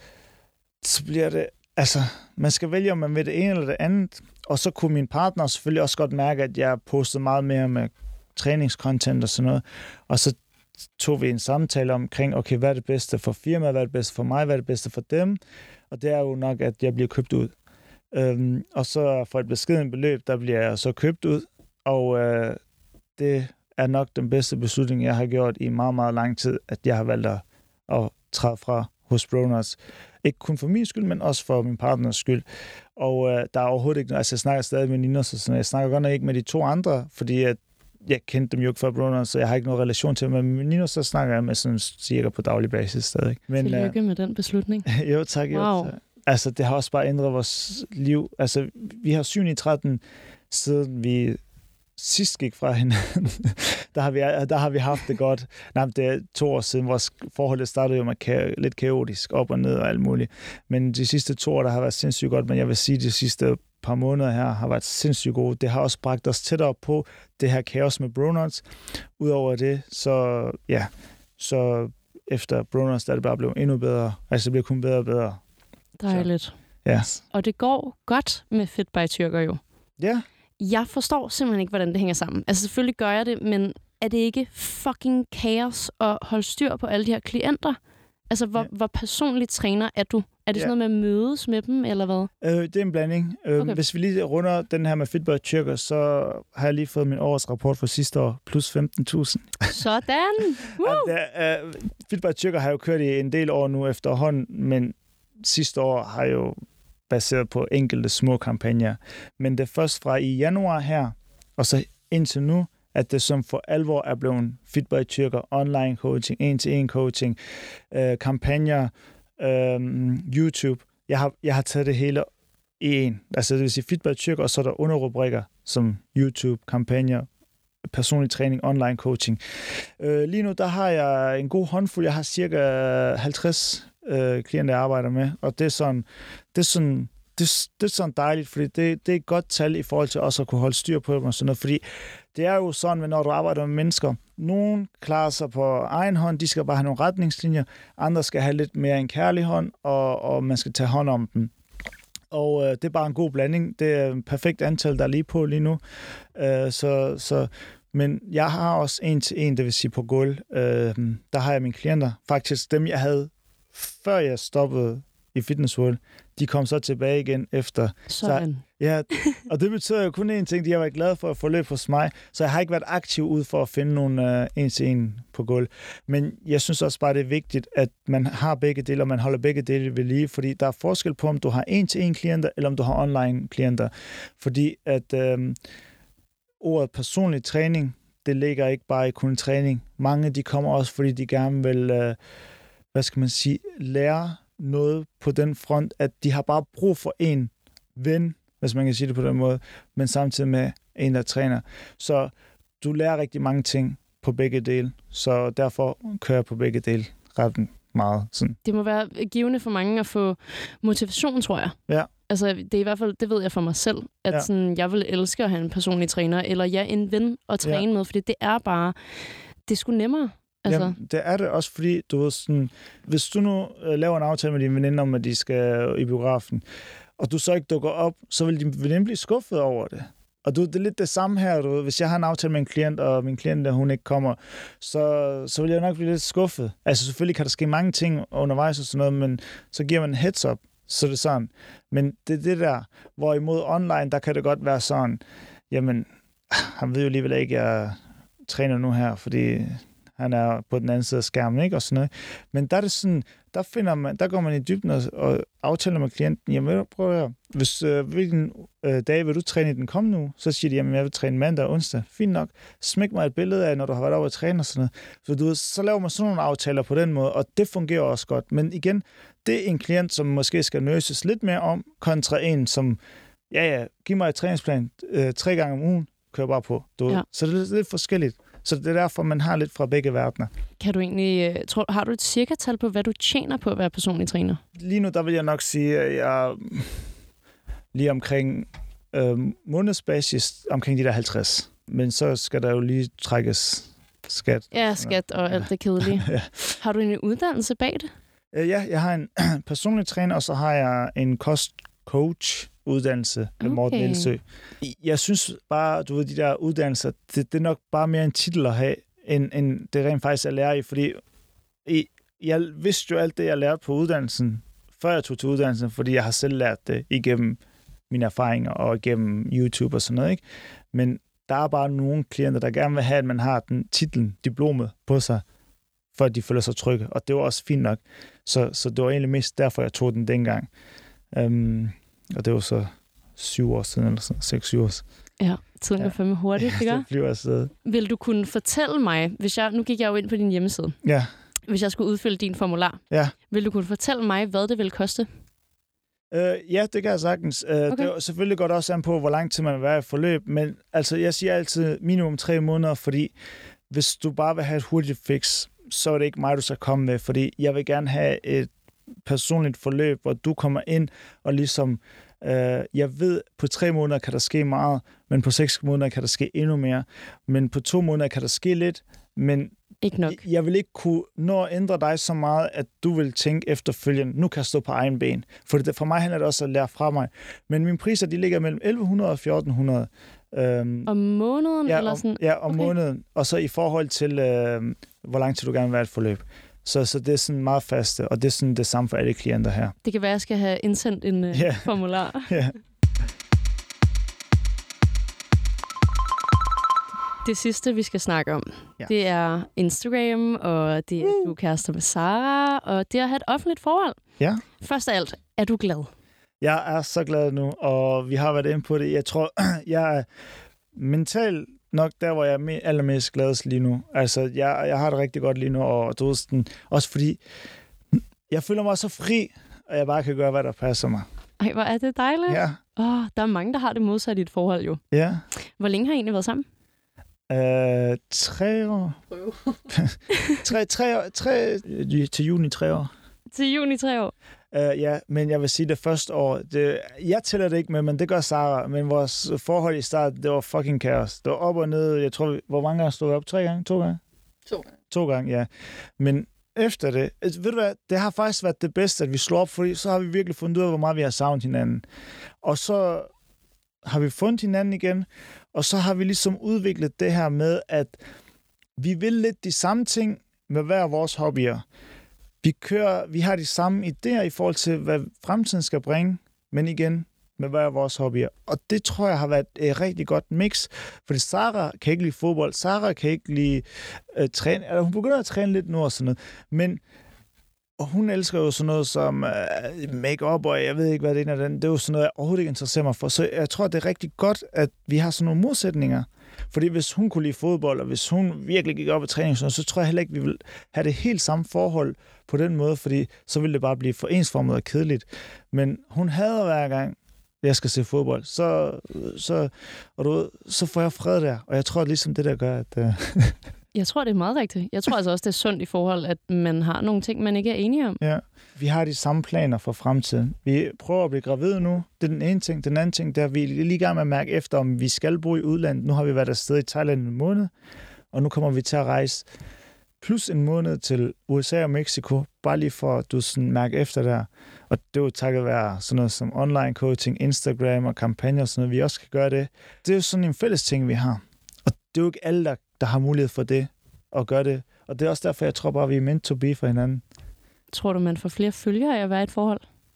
så bliver det, altså, man skal vælge, om man vil det ene eller det andet. Og så kunne min partner selvfølgelig også godt mærke, at jeg postede meget mere med træningscontent og sådan noget. Og så tog vi en samtale omkring, okay, hvad er det bedste for firmaet, hvad er det bedste for mig, hvad er det bedste for dem? Og det er jo nok, at jeg bliver købt ud. Øhm, og så for et beskeden beløb, der bliver jeg så købt ud, og øh, det er nok den bedste beslutning, jeg har gjort i meget, meget lang tid, at jeg har valgt at, at træde fra hos Bronuts. Ikke kun for min skyld, men også for min partners skyld. Og øh, der er overhovedet ikke noget, altså jeg snakker stadig med Ninos, og sådan, jeg snakker godt nok ikke med de to andre, fordi at jeg kendte dem jo ikke før Bronuts, så jeg har ikke nogen relation til dem. Men med Ninos, så snakker jeg med sådan cirka på daglig basis stadig. Men, Tillykke uh, med den beslutning. jo, tak. Jo, wow. tak. Altså, det har også bare ændret vores liv. Altså, vi har syv i tretten, siden vi sidst gik fra hinanden. der, har vi, der har vi haft det godt. Nej, det er to år siden. Vores forhold startede jo med ka- lidt kaotisk, op og ned og alt muligt. Men de sidste to år, der har været sindssygt godt. Men jeg vil sige, at de sidste par måneder her har været sindssygt gode. Det har også bragt os tættere på det her kaos med Bronuts. Udover det, så ja, så efter Bronuts, der er det bare blevet endnu bedre. Altså, det bliver kun bedre og bedre. Dejligt. Så, ja. Og det går godt med Fit by Tyrker jo. Ja. Jeg forstår simpelthen ikke, hvordan det hænger sammen. Altså, selvfølgelig gør jeg det, men er det ikke fucking kaos at holde styr på alle de her klienter? Altså, hvor, ja. hvor personlig træner er du? Er det ja. sådan noget med at mødes med dem, eller hvad? Øh, det er en blanding. Øh, okay. Hvis vi lige runder den her med Fit by Tyrker, så har jeg lige fået min årsrapport for sidste år, plus femten tusind. Sådan! Woo! Ja, uh, Fit by Tyrker har jo kørt i en del år nu efterhånden, men sidste år har jo baseret på enkelte små kampagner. Men det er først fra i januar her, og så indtil nu, at det som for alvor er blevet Fit by Tyrker, online coaching, en-til-en coaching, øh, kampagner, øh, YouTube. Jeg har, jeg har taget det hele i en. Altså det vil sige Fit by Tyrker, og så er der underrubrikker som YouTube, kampagner, personlig træning, online coaching. Øh, lige nu, der har jeg en god håndfuld. Jeg har cirka halvtreds øh, klienter, jeg arbejder med, og det er sådan, det er sådan det, det er sådan dejligt, fordi det, det er et godt tal i forhold til også at kunne holde styr på dem og sådan noget, fordi det er jo sådan, at når du arbejder med mennesker, nogen klarer sig på egen hånd, de skal bare have nogle retningslinjer, andre skal have lidt mere en kærlig hånd, og, og man skal tage hånd om dem. Og øh, det er bare en god blanding. Det er en perfekt antal, der er lige på lige nu. Øh, så, så, men jeg har også en til en, det vil sige på gulv. Øh, der har jeg mine klienter. Faktisk dem, jeg havde, før jeg stoppede i Fitness World, de kom så tilbage igen efter. Sådan. Så, ja, og det betyder jo kun én ting, de har været glade for at få løb hos mig, så jeg har ikke været aktiv ud for at finde nogle uh, en til en på gulv. Men jeg synes også bare, det er vigtigt, at man har begge dele, og man holder begge dele ved lige, fordi der er forskel på, om du har en til en klienter, eller om du har online klienter. Fordi at øh, ordet personlig træning, det ligger ikke bare i kun træning. Mange, de kommer også, fordi de gerne vil, øh, hvad skal man sige, lære noget på den front, at de har bare brug for en ven, hvis man kan sige det på den måde, men samtidig med en, der træner. Så du lærer rigtig mange ting på begge dele, så derfor kører jeg på begge dele ret meget. Sådan. Det må være givende for mange at få motivation, tror jeg. Ja. Altså, det er i hvert fald, det ved jeg for mig selv, at ja. sådan, jeg vil elske at have en personlig træner, eller ja, en ven at træne ja. med, fordi det er bare, det er sgu nemmere. Altså. Jamen, det er det også, fordi du ved sådan, hvis du nu øh, laver en aftale med dine veninder om, at de skal i biografen, og du så ikke dukker op, så vil de veninde blive skuffet over det. Og du, det er lidt det samme her, du ved. Hvis jeg har en aftale med en klient, og min klient, der hun ikke kommer, så, så vil jeg nok blive lidt skuffet. Altså selvfølgelig kan der ske mange ting undervejs og sådan noget, men så giver man en heads up, så det er sådan. Men det er det der, hvorimod online, der kan det godt være sådan, jamen, han ved jo alligevel ikke, at jeg træner nu her, fordi han er på den anden side af skærmen, ikke? Og sådan noget. Men der er det sådan, der finder man, der går man i dybden og, og aftaler med klienten, jamen prøv at høre, hvis, øh, hvilken øh, dag vil du træne i den kommende uge? Så siger de, jamen jeg vil træne mandag og onsdag. Fint nok. Smæk mig et billede af, når du har været over at træne og sådan noget. Så, du, så laver man sådan nogle aftaler på den måde, og det fungerer også godt. Men igen, det er en klient, som måske skal nøses lidt mere om, kontra en, som, ja ja, giv mig et træningsplan øh, tre gange om ugen, kører bare på. Du, ja. Så det er lidt, lidt forskelligt. Så det er derfor, man har lidt fra begge verdener. Kan du egentlig, tror, har du et cirka-tal på, hvad du tjener på at være personlig træner? Lige nu, der vil jeg nok sige, at jeg lige omkring øh, månedsbasis, omkring de der halvtreds. Men så skal der jo lige trækkes skat. Ja, skat og alt det kedelige. Ja. Har du en uddannelse bag det? Øh, ja, jeg har en personlig træner, og så har jeg en kostcoach uddannelse med okay. Morten Elsø. Jeg synes bare, du ved, de der uddannelser, det, det er nok bare mere en titel at have, end, end det rent faktisk er lære i, fordi i, jeg vidste jo alt det, jeg lærte på uddannelsen, før jeg tog til uddannelsen, fordi jeg har selv lært det igennem mine erfaringer og igennem YouTube og sådan noget, ikke? Men der er bare nogle klienter, der gerne vil have, at man har den titlen, diplomet på sig, for at de føler sig trygge, og det var også fint nok. Så, så det var egentlig mest derfor, jeg tog den dengang. Um, Og det var så syv år siden, eller sådan, seks, syv år siden. Ja, tiden går ja. fandme hurtigt, ikke? Ja, det bliver afsted. Vil du kunne fortælle mig, hvis jeg, nu gik jeg jo ind på din hjemmeside, ja. hvis jeg skulle udfylde din formular, ja. vil du kunne fortælle mig, hvad det vil koste? Uh, ja, det kan jeg sagtens. Uh, okay. Det er selvfølgelig godt også an på, hvor lang tid man vil være i forløb, men altså, jeg siger altid minimum tre måneder, fordi hvis du bare vil have et hurtigt fix, så er det ikke mig, du skal komme med, fordi jeg vil gerne have et personligt forløb, hvor du kommer ind og ligesom, øh, jeg ved, på tre måneder kan der ske meget, men på seks måneder kan der ske endnu mere. Men på to måneder kan der ske lidt, men ikke nok. Jeg, jeg vil ikke kunne nå at ændre dig så meget, at du vil tænke efterfølgende, nu kan jeg stå på egen ben. For, det, for mig handler det også at lære fra mig. Men mine priser, de ligger mellem elleve hundrede og fjorten hundrede. Øhm, om måneden? Ja, eller sådan? Om, ja, om okay. måneden. Og så i forhold til, øh, hvor lang tid du gerne vil være et forløb. Så, så det er sådan meget faste, og det er sådan det samme for alle klienter her. Det kan være, at jeg skal have indsendt en uh, yeah. formular. Yeah. Det sidste, vi skal snakke om, ja. det er Instagram, og det er, at du er kærester med Sara, og det er at have et offentligt forhold. Ja. Først af alt, er du glad? Jeg er så glad nu, og vi har været inde på det. Jeg tror, jeg er mentalt nok der, hvor jeg er allermest gladest lige nu. Altså, jeg, jeg har det rigtig godt lige nu, og du ved sådan, også fordi jeg føler mig så fri, at jeg bare kan gøre, hvad der passer mig. Ej, hvor er det dejligt. Ja. Åh, der er mange, der har det modsatte i et forhold jo. Ja. Hvor længe har I egentlig været sammen? Uh, tre år. tre, tre år. Tre, til juni tre år. Til juni tre år? Uh, ja, men jeg vil sige, det første år, det, jeg tæller det ikke med, men det gør Sara. Men vores forhold i starten, det var fucking kaos. Det var op og ned, jeg tror, hvor mange gange stod vi op? Tre gange? To gange? To gange. To gange, ja. Men efter det, ved du hvad, det har faktisk været det bedste, at vi slår op, fordi så har vi virkelig fundet ud af, hvor meget vi har savnet hinanden. Og så har vi fundet hinanden igen, og så har vi ligesom udviklet det her med, at vi vil lidt de samme ting med hver vores hobbyer. Vi kører, vi har de samme idéer i forhold til, hvad fremtiden skal bringe, men igen med hver vores hobbyer. Og det tror jeg har været et rigtig godt mix, fordi Sara kan ikke lide fodbold, Sara kan ikke lide uh, træne, eller hun begynder at træne lidt nu og sådan noget, men og hun elsker jo sådan noget som uh, make-up, og jeg ved ikke, hvad det er, den. Det er jo sådan noget, jeg overhovedet ikke interesserer mig for. Så jeg tror, det er rigtig godt, at vi har sådan nogle modsætninger. Fordi hvis hun kunne lide fodbold, og hvis hun virkelig gik op i træning, så tror jeg heller ikke, vi vil have det helt samme forhold på den måde, fordi så ville det bare blive for ensformet og kedeligt. Men hun hader hver gang, jeg skal se fodbold, så, så, og du ved, så får jeg fred der. Og jeg tror, det er ligesom det, der gør, at... Uh... Jeg tror, det er meget rigtigt. Jeg tror altså også, det er sundt i forhold, at man har nogle ting, man ikke er enige om. Ja, vi har de samme planer for fremtiden. Vi prøver at blive gravide nu. Det er den ene ting. Den anden ting, der er vi lige i gang med at mærke efter, om vi skal bo i udlandet. Nu har vi været afsted i Thailand en måned, og nu kommer vi til at rejse plus en måned til U S A og Mexico, bare lige for at du sådan mærke efter der. Og det er jo takket være sådan noget som online coaching, Instagram og kampagner og sådan noget, vi også kan gøre det. Det er jo sådan en fælles ting, vi har. Og det er jo ikke alle, der, der har mulighed for det og gøre det. Og det er også derfor, jeg tror bare, vi er meant to be for hinanden. Tror du, man får flere følgere af at være i et forhold?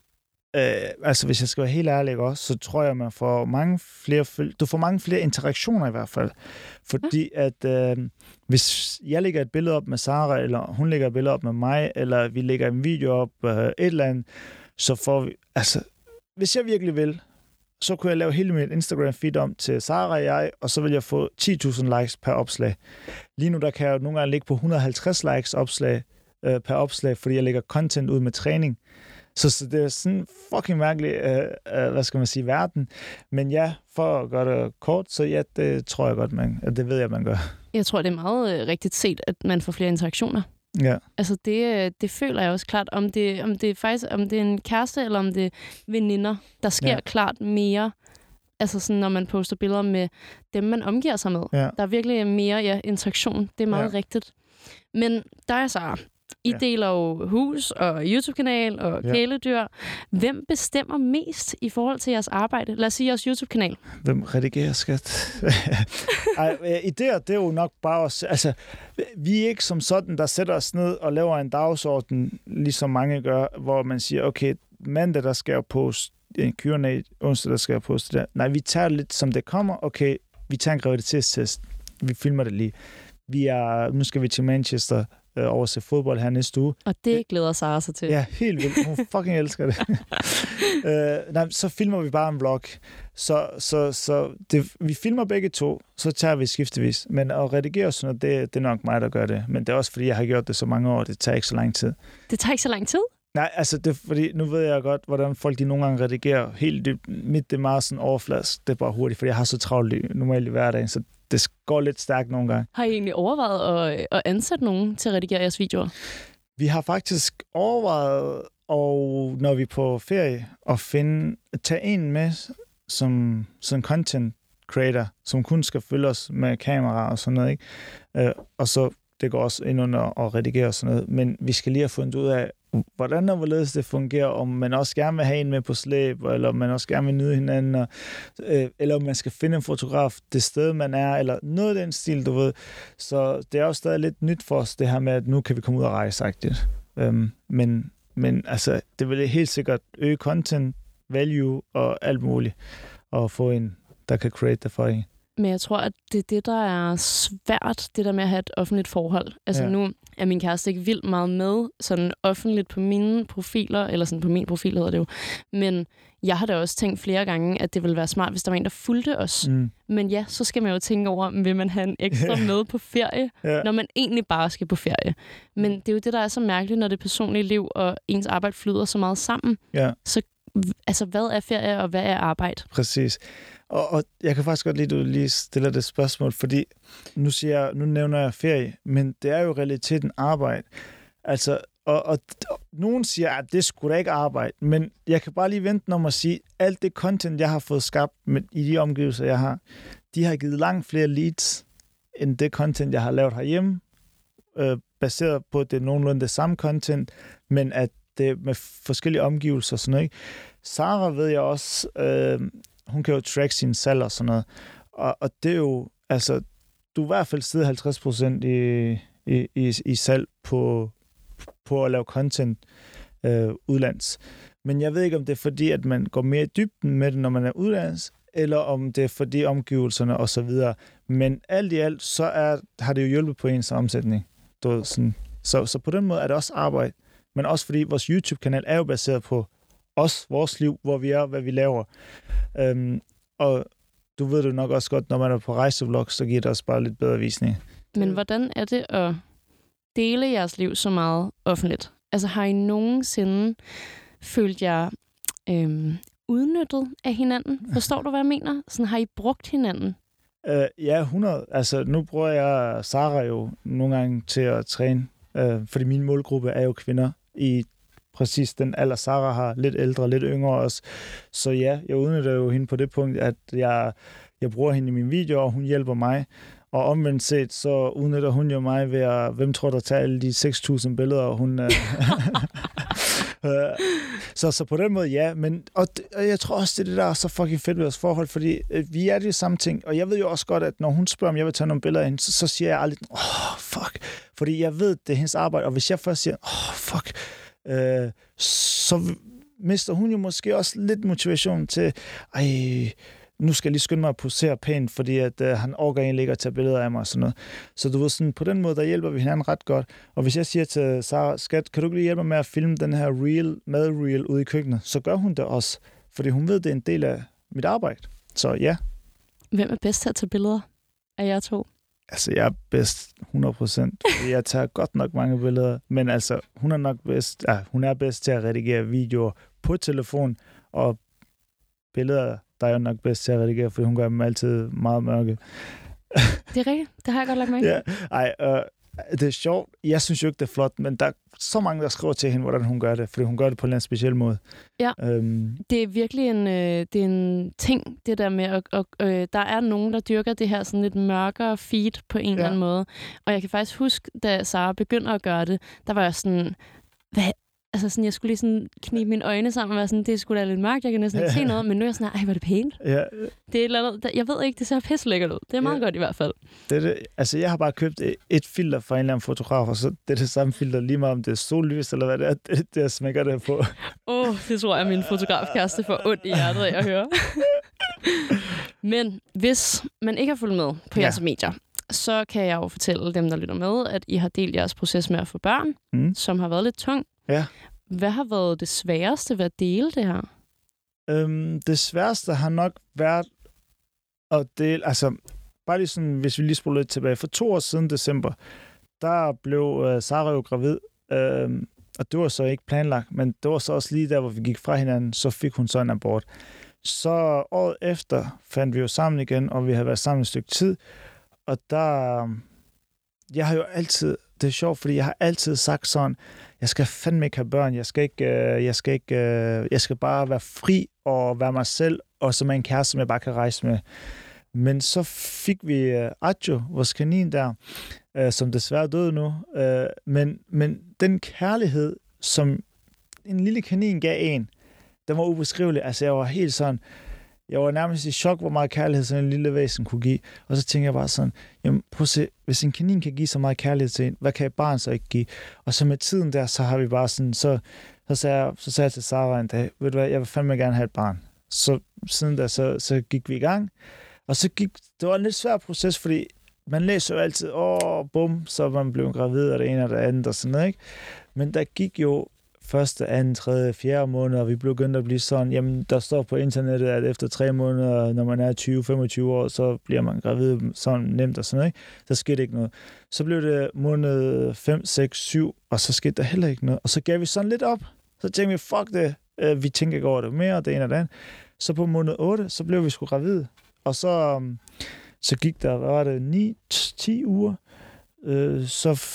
Øh, altså, hvis jeg skal være helt ærlig også, så tror jeg, man får mange flere føl- du får mange flere interaktioner i hvert fald. Fordi ja. at øh, hvis jeg lægger et billede op med Sara, eller hun lægger et billede op med mig, eller vi lægger en video op, øh, et eller andet, så får vi... Altså, hvis jeg virkelig vil, så kunne jeg lave hele mit Instagram-feed om til Sara og jeg, og så vil jeg få ti tusind likes per opslag. Lige nu, der kan jeg nogle gange ligge på et hundrede og halvtreds likes opslag, øh, per opslag, fordi jeg lægger content ud med træning. Så, så det er sådan fucking mærkelig, øh, øh, hvad skal man sige, verden. Men ja, for at gøre det kort, så ja, det tror jeg godt, man, det ved jeg, man gør. Jeg tror, det er meget øh, rigtigt set, at man får flere interaktioner. Ja. Altså det, det føler jeg også klart, om det, om det er faktisk om det er en kæreste eller om det er veninder, der sker ja. klart mere, altså sådan når man poster billeder med dem man omgiver sig med. Ja. Der er virkelig mere ja, interaktion. Det er meget ja. rigtigt. Men der er så I ja. deler jo hus og YouTube-kanal og ja. kæledyr. Hvem bestemmer mest i forhold til jeres arbejde? Lad os sige jeres YouTube-kanal. Hvem redigerer, skat? Ej, idéer, det er jo nok bare os. Altså, vi er ikke som sådan, der sætter os ned og laver en dagsorden, ligesom mange gør, hvor man siger, okay, mandag, der skal jeg poste en Q and A, onsdag, der skal jeg poste der. Nej, vi tager lidt, som det kommer. Okay, vi tager en graviditetstest. Vi filmer det lige. Vi er, nu skal vi til Manchester over at se fodbold her næste uge. Og det glæder Sara sig til. Ja, helt vildt. Hun fucking elsker det. uh, nej, så filmer vi bare en vlog. Så, så, så det, vi filmer begge to, så tager vi skiftevis. Men at redigere sådan noget, det, det er nok mig, der gør det. Men det er også, fordi jeg har gjort det så mange år, det tager ikke så lang tid. Det tager ikke så lang tid? Nej, altså det er fordi, nu ved jeg godt, hvordan folk de nogle gange redigerer helt dybt. Mit det er meget sådan overfladisk. Det er bare hurtigt, fordi jeg har så travlt normalt i hverdagen, så det går lidt stærkt nogle gange. Har I egentlig overvejet at, at ansætte nogen til at redigere jeres videoer? Vi har faktisk overvejet, og når vi er på ferie, at finde, tage en med som sådan content creator, som kun skal følge os med kamera og sådan noget, ikke? Øh, og så det går også ind under at redigere og sådan noget. Men vi skal lige have fundet ud af, hvordan og hvorledes det fungerer, om man også gerne vil have en med på slæb, eller om man også gerne vil nyde hinanden, og, øh, eller om man skal finde en fotograf det sted, man er, eller noget af den stil, du ved. Så det er også stadig lidt nyt for os, det her med, at nu kan vi komme ud og rejse, sagtigt. Øhm, men, men altså, det vil helt sikkert øge content, value og alt muligt, og få en, der kan create det for en. Men jeg tror, at det er det, der er svært, det der med at have et offentligt forhold. Altså ja. Nu er min kæreste ikke vildt meget med sådan offentligt på mine profiler, eller sådan på min profil hedder det jo. Men jeg har da også tænkt flere gange, at det ville være smart, hvis der var en, der fulgte os. Mm. Men ja, så skal man jo tænke over, vil man have en ekstra med på ferie, ja. Når man egentlig bare skal på ferie. Men det er jo det, der er så mærkeligt, når det personlige liv og ens arbejde flyder så meget sammen. Ja. Så altså, hvad er ferie, og hvad er arbejde? Præcis. Og, og jeg kan faktisk godt lide, at du lige stiller det spørgsmål, fordi nu, siger jeg, nu nævner jeg ferie, men det er jo i realiteten arbejde. Altså, Og, og, og nogen siger, at det skulle da ikke arbejde, men jeg kan bare lige vente om at sige, alt det content, jeg har fået skabt med, i de omgivelser, jeg har, de har givet langt flere leads, end det content, jeg har lavet herhjemme, øh, baseret på, at det er nogenlunde det samme content, men at det er med forskellige omgivelser og sådan noget. Ikke? Sarah ved jeg også, øh, hun kan jo track sin salg og sådan noget, og, og det er jo, altså, du er i hvert fald sidder halvtreds procent i, i, i, i salg på på at lave content øh, udlands. Men jeg ved ikke, om det er fordi, at man går mere i dybden med det, når man er udlands, eller om det er fordi omgivelserne og så videre. Men alt i alt, så er, har det jo hjulpet på ens omsætning. Du, sådan. Så, så på den måde er det også arbejde. Men også fordi vores YouTube-kanal er jo baseret på os, vores liv, hvor vi er, hvad vi laver. Øhm, og du ved det nok også godt, når man er på rejsevlog, så giver det også bare lidt bedre visning. Men hvordan er det at dele jeres liv så meget offentligt? Altså har I nogensinde følt jer øhm, udnyttet af hinanden? Forstår du, hvad jeg mener? Sådan, har I brugt hinanden? Uh, ja, hundrede. Altså nu bruger jeg Sarah jo nogle gange til at træne, uh, fordi min målgruppe er jo kvinder i præcis den alder, Sarah har. Lidt ældre, lidt yngre også. Så ja, jeg udnytter jo hende på det punkt, at jeg, jeg bruger hende i mine videoer, og hun hjælper mig. Og omvendt set, så udnytter hun jo mig ved at, hvem tror der tager alle de seks tusind billeder, og hun... Øh, så, så på den måde, ja. Men, og, og jeg tror også, det er det, der er så fucking fedt ved vores forhold, fordi øh, vi er det samme ting. Og jeg ved jo også godt, at når hun spørger, om jeg vil tage nogle billeder af hende, så, så siger jeg aldrig, åh, oh, fuck. Fordi jeg ved, det er hendes arbejde. Og hvis jeg først siger, åh, oh, fuck, øh, så mister hun jo måske også lidt motivation til, ej... nu skal jeg lige skynde mig at posere pænt, fordi at, uh, han orker egentlig ikke at tage billeder af mig og sådan noget. Så du ved, sådan, på den måde, der hjælper vi hinanden ret godt. Og hvis jeg siger til Sarah, skat, kan du ikke lige hjælpe mig med at filme den her reel, mad-reel ude i køkkenet, så gør hun det også. Fordi hun ved, det er en del af mit arbejde. Så ja. Hvem er bedst til at tage billeder af jer to? Altså, jeg er bedst hundrede procent. Jeg tager godt nok mange billeder, men altså, hun er nok bedst, ja, hun er bedst til at redigere videoer på telefon, og billeder, der er jo nok bedst til at redigere, fordi hun gør dem altid meget mørke. Det er rigtigt. Det har jeg godt lagt mærke. Ja, ej, øh, det er sjovt. Jeg synes jo ikke, det er flot, men der er så mange, der skriver til hende, hvordan hun gør det, fordi hun gør det på en speciel måde. Ja, øhm. det er virkelig en, øh, det er en ting, det der med, at og, øh, der er nogen, der dyrker det her sådan lidt mørkere feed på en ja. eller anden måde. Og jeg kan faktisk huske, da Sarah begynder at gøre det, der var jeg sådan, hvad? Altså sådan, jeg skulle lige sådan knibe mine øjne sammen og være sådan, det skulle da lidt mørkt, jeg kan næsten ikke se noget, men nu er jeg sådan, ej, hvor er det pænt. Ja. Det er et eller andet, jeg ved ikke, det ser pisselækkert ud. Det er meget ja. godt i hvert fald. Det er det. Altså, jeg har bare købt et filter fra en eller anden fotograf, og så det er det samme filter lige meget, om det er sollys, eller hvad det er, det, det jeg smækker det på. Åh, oh, det tror jeg, min fotografkæreste får ondt i hjertet af at høre. Men hvis man ikke har fulgt med på jeres ja. medier, så kan jeg jo fortælle dem, der lytter med, at I har delt jeres proces med at få børn, mm. som har været lidt tung. Ja. Hvad har været det sværeste ved at dele det her? Øhm, det sværeste har nok været at dele... Altså, bare lige sådan, hvis vi lige spoler lidt tilbage. For to år siden december, der blev øh, Sarah jo gravid. Øh, og det var så ikke planlagt, men det var så også lige der, hvor vi gik fra hinanden, så fik hun så en abort. Så året efter fandt vi jo sammen igen, og vi havde været sammen et stykke tid. Og der... Jeg har jo altid... Det er sjovt, fordi jeg har altid sagt sådan, jeg skal fandme ikke have børn, jeg skal ikke, øh, jeg skal ikke, øh, jeg skal bare være fri og være mig selv, og så med en kæreste, som jeg bare kan rejse med. Men så fik vi øh, Adjo, vores kanin der, øh, som desværre døde nu. Øh, men, men den kærlighed, som en lille kanin gav en, den var ubeskrivelig. Altså jeg var helt sådan, jeg var nærmest i chok, hvor meget kærlighed sådan en lille væsen kunne give. Og så tænkte jeg bare sådan, jamen prøv at se, hvis en kanin kan give så meget kærlighed til en, hvad kan et barn så ikke give? Og så med tiden der, så har vi bare sådan, så, så, sagde, jeg, så sagde jeg til Sarah en dag, ved du hvad, jeg vil fandme gerne have et barn. Så siden der, så, så gik vi i gang. Og så gik, det var en lidt svær proces, fordi man læser jo altid, åh, bum, så man blev gravid, og det ene og det andet, og sådan noget, ikke? Men der gik jo første, anden, tredje, fjerde måned, og vi blev begyndt at blive sådan, jamen, der står på internettet, at efter tre måneder, når man er tyve til femogtyve år, så bliver man gravid sådan nemt og sådan noget, ikke? Der skete ikke noget. Så blev det måned fem, seks, syv, og så skete der heller ikke noget. Og så gav vi sådan lidt op. Så tænkte vi, fuck det, vi tænker ikke over det mere, det ene og det andet. Så på måned otte, så blev vi sgu gravide. Og så, så gik der, hvad var det, ni til ti uger, så fik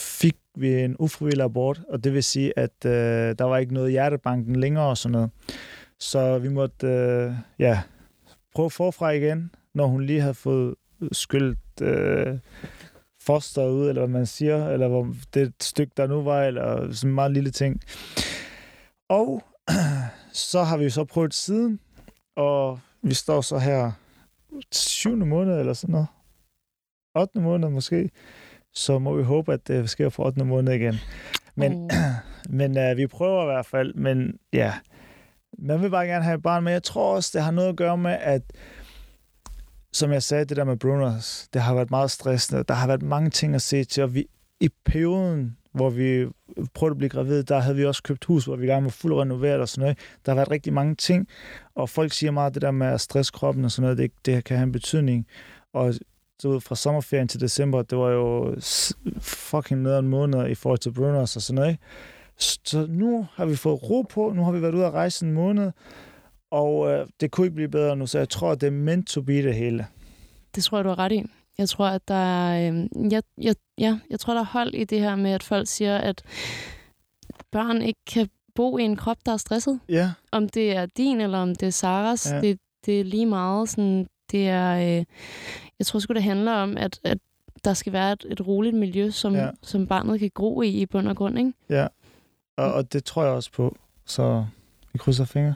vi en ufrivillig abort, og det vil sige, at øh, der var ikke noget hjertebanken længere og sådan noget. Så vi måtte øh, ja, prøve forfra igen, når hun lige havde fået skyldt øh, foster ud, eller hvad man siger, eller hvor det stykke, der nu var, eller sådan en meget lille ting. Og så har vi så prøvet siden, og vi står så her syvende måned, eller sådan noget. ottende måned måske. Så må vi håbe, at det sker på ottende måned igen. Men, mm. men uh, vi prøver i hvert fald. Men ja, man vil bare gerne have et barn. Men jeg tror også, det har noget at gøre med, at som jeg sagde, det der med Bruners, det har været meget stressende. Der har været mange ting at se til. Og vi, i perioden, hvor vi prøvede at blive gravide, der havde vi også købt hus, hvor vi gerne var fuldt renoveret og sådan noget. Der har været rigtig mange ting. Og folk siger meget, det der med at stresse kroppen og sådan noget, det, det kan have en betydning. Og så ud fra sommerferien til december, det var jo fucking nederen måneder i forhold til Bruners og sådan noget. Så nu har vi fået ro på, nu har vi været ude at rejse en måned, og øh, det kunne ikke blive bedre nu, så jeg tror, at det er meant to be det hele. Det tror jeg, du har ret i. Jeg tror, at der er, øh, jeg, jeg, ja, jeg tror, der er hold i det her med, at folk siger, at børn ikke kan bo i en krop, der er stresset. Ja. Om det er din, eller om det er Saras, ja. det, det er lige meget sådan, det er, øh, jeg tror sgu, det handler om, at, at der skal være et, et roligt miljø, som, ja. som barnet kan gro i i bund og grund, ikke? Ja, og, og det tror jeg også på, så vi krydser fingre.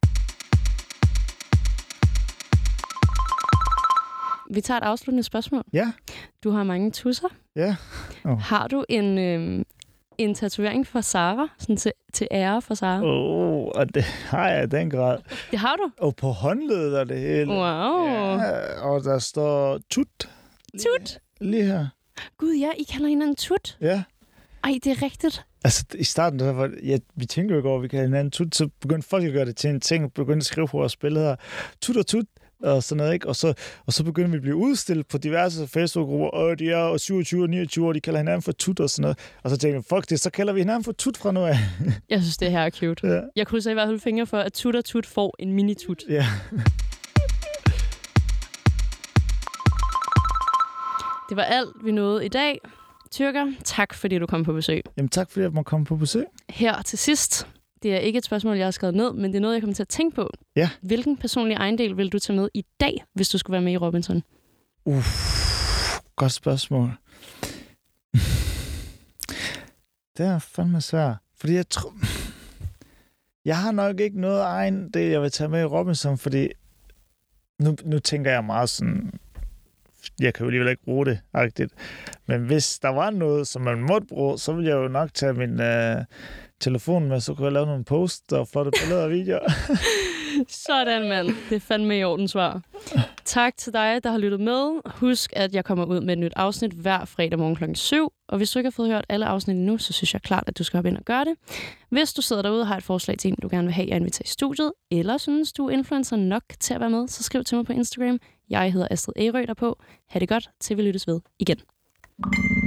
Vi tager et afsluttende spørgsmål. Ja. Du har mange tusser. Ja. Oh. Har du en, øh, en tatovering for Sara, sådan til, til ære for Sara? Åh, oh, og det har jeg i den grad. Det har du? Og på håndledet og det hele. Wow. Ja, og der står tut. Tut? Lige her. Gud, ja, I kalder hinanden tut? Ja. Ej, det er rigtigt. Altså, i starten, der var, ja, vi tænkte jo ikke over, at vi kalder hinanden tut, så begyndte folk at gøre det til en ting, begyndte at skrive på vores billeder. Tut og tut. Og sådan noget, ikke? Og så, og så begynder vi at blive udstillet på diverse Facebook-grupper, og de er syvogtyve og niogtyve år, de kalder hinanden for tut og sådan noget. Og så tænker jeg, fuck det, så kalder vi hinanden for tut fra nu af. Jeg synes, det her er cute. Ja. Jeg krydser i hvert fald fingre for, at tut og tut får en mini-tut. Ja. Det var alt, vi nåede i dag. Tyrker, tak fordi du kom på besøg. Jamen tak fordi jeg måtte komme på besøg. Her til sidst. Det er ikke et spørgsmål, jeg har skrevet ned, men det er noget, jeg kommer til at tænke på. Ja. Hvilken personlig ejendel vil du tage med i dag, hvis du skulle være med i Robinson? Uff, godt spørgsmål. Det er fandme svært. Fordi jeg tror... Jeg har nok ikke noget ejendel, jeg vil tage med i Robinson, fordi nu, nu tænker jeg meget sådan... Jeg kan jo alligevel ikke bruge det, agtigt. Men hvis der var noget, som man måtte bruge, så ville jeg jo nok tage min... Øh, telefonen med, så kunne jeg lave nogle posts og flotte billeder og videoer. Sådan, mand. Det er fandme i orden svar. Tak til dig, der har lyttet med. Husk, at jeg kommer ud med et nyt afsnit hver fredag morgen klokken syv. Og hvis du ikke har fået hørt alle afsnit endnu, så synes jeg klart, at du skal hoppe ind og gøre det. Hvis du sidder derude og har et forslag til en, du gerne vil have, jeg inviterer i studiet, eller synes, du er influencer nok til at være med, så skriv til mig på Instagram. Jeg hedder Astrid Ærø derpå. Ha' det godt, til vi lyttes ved igen.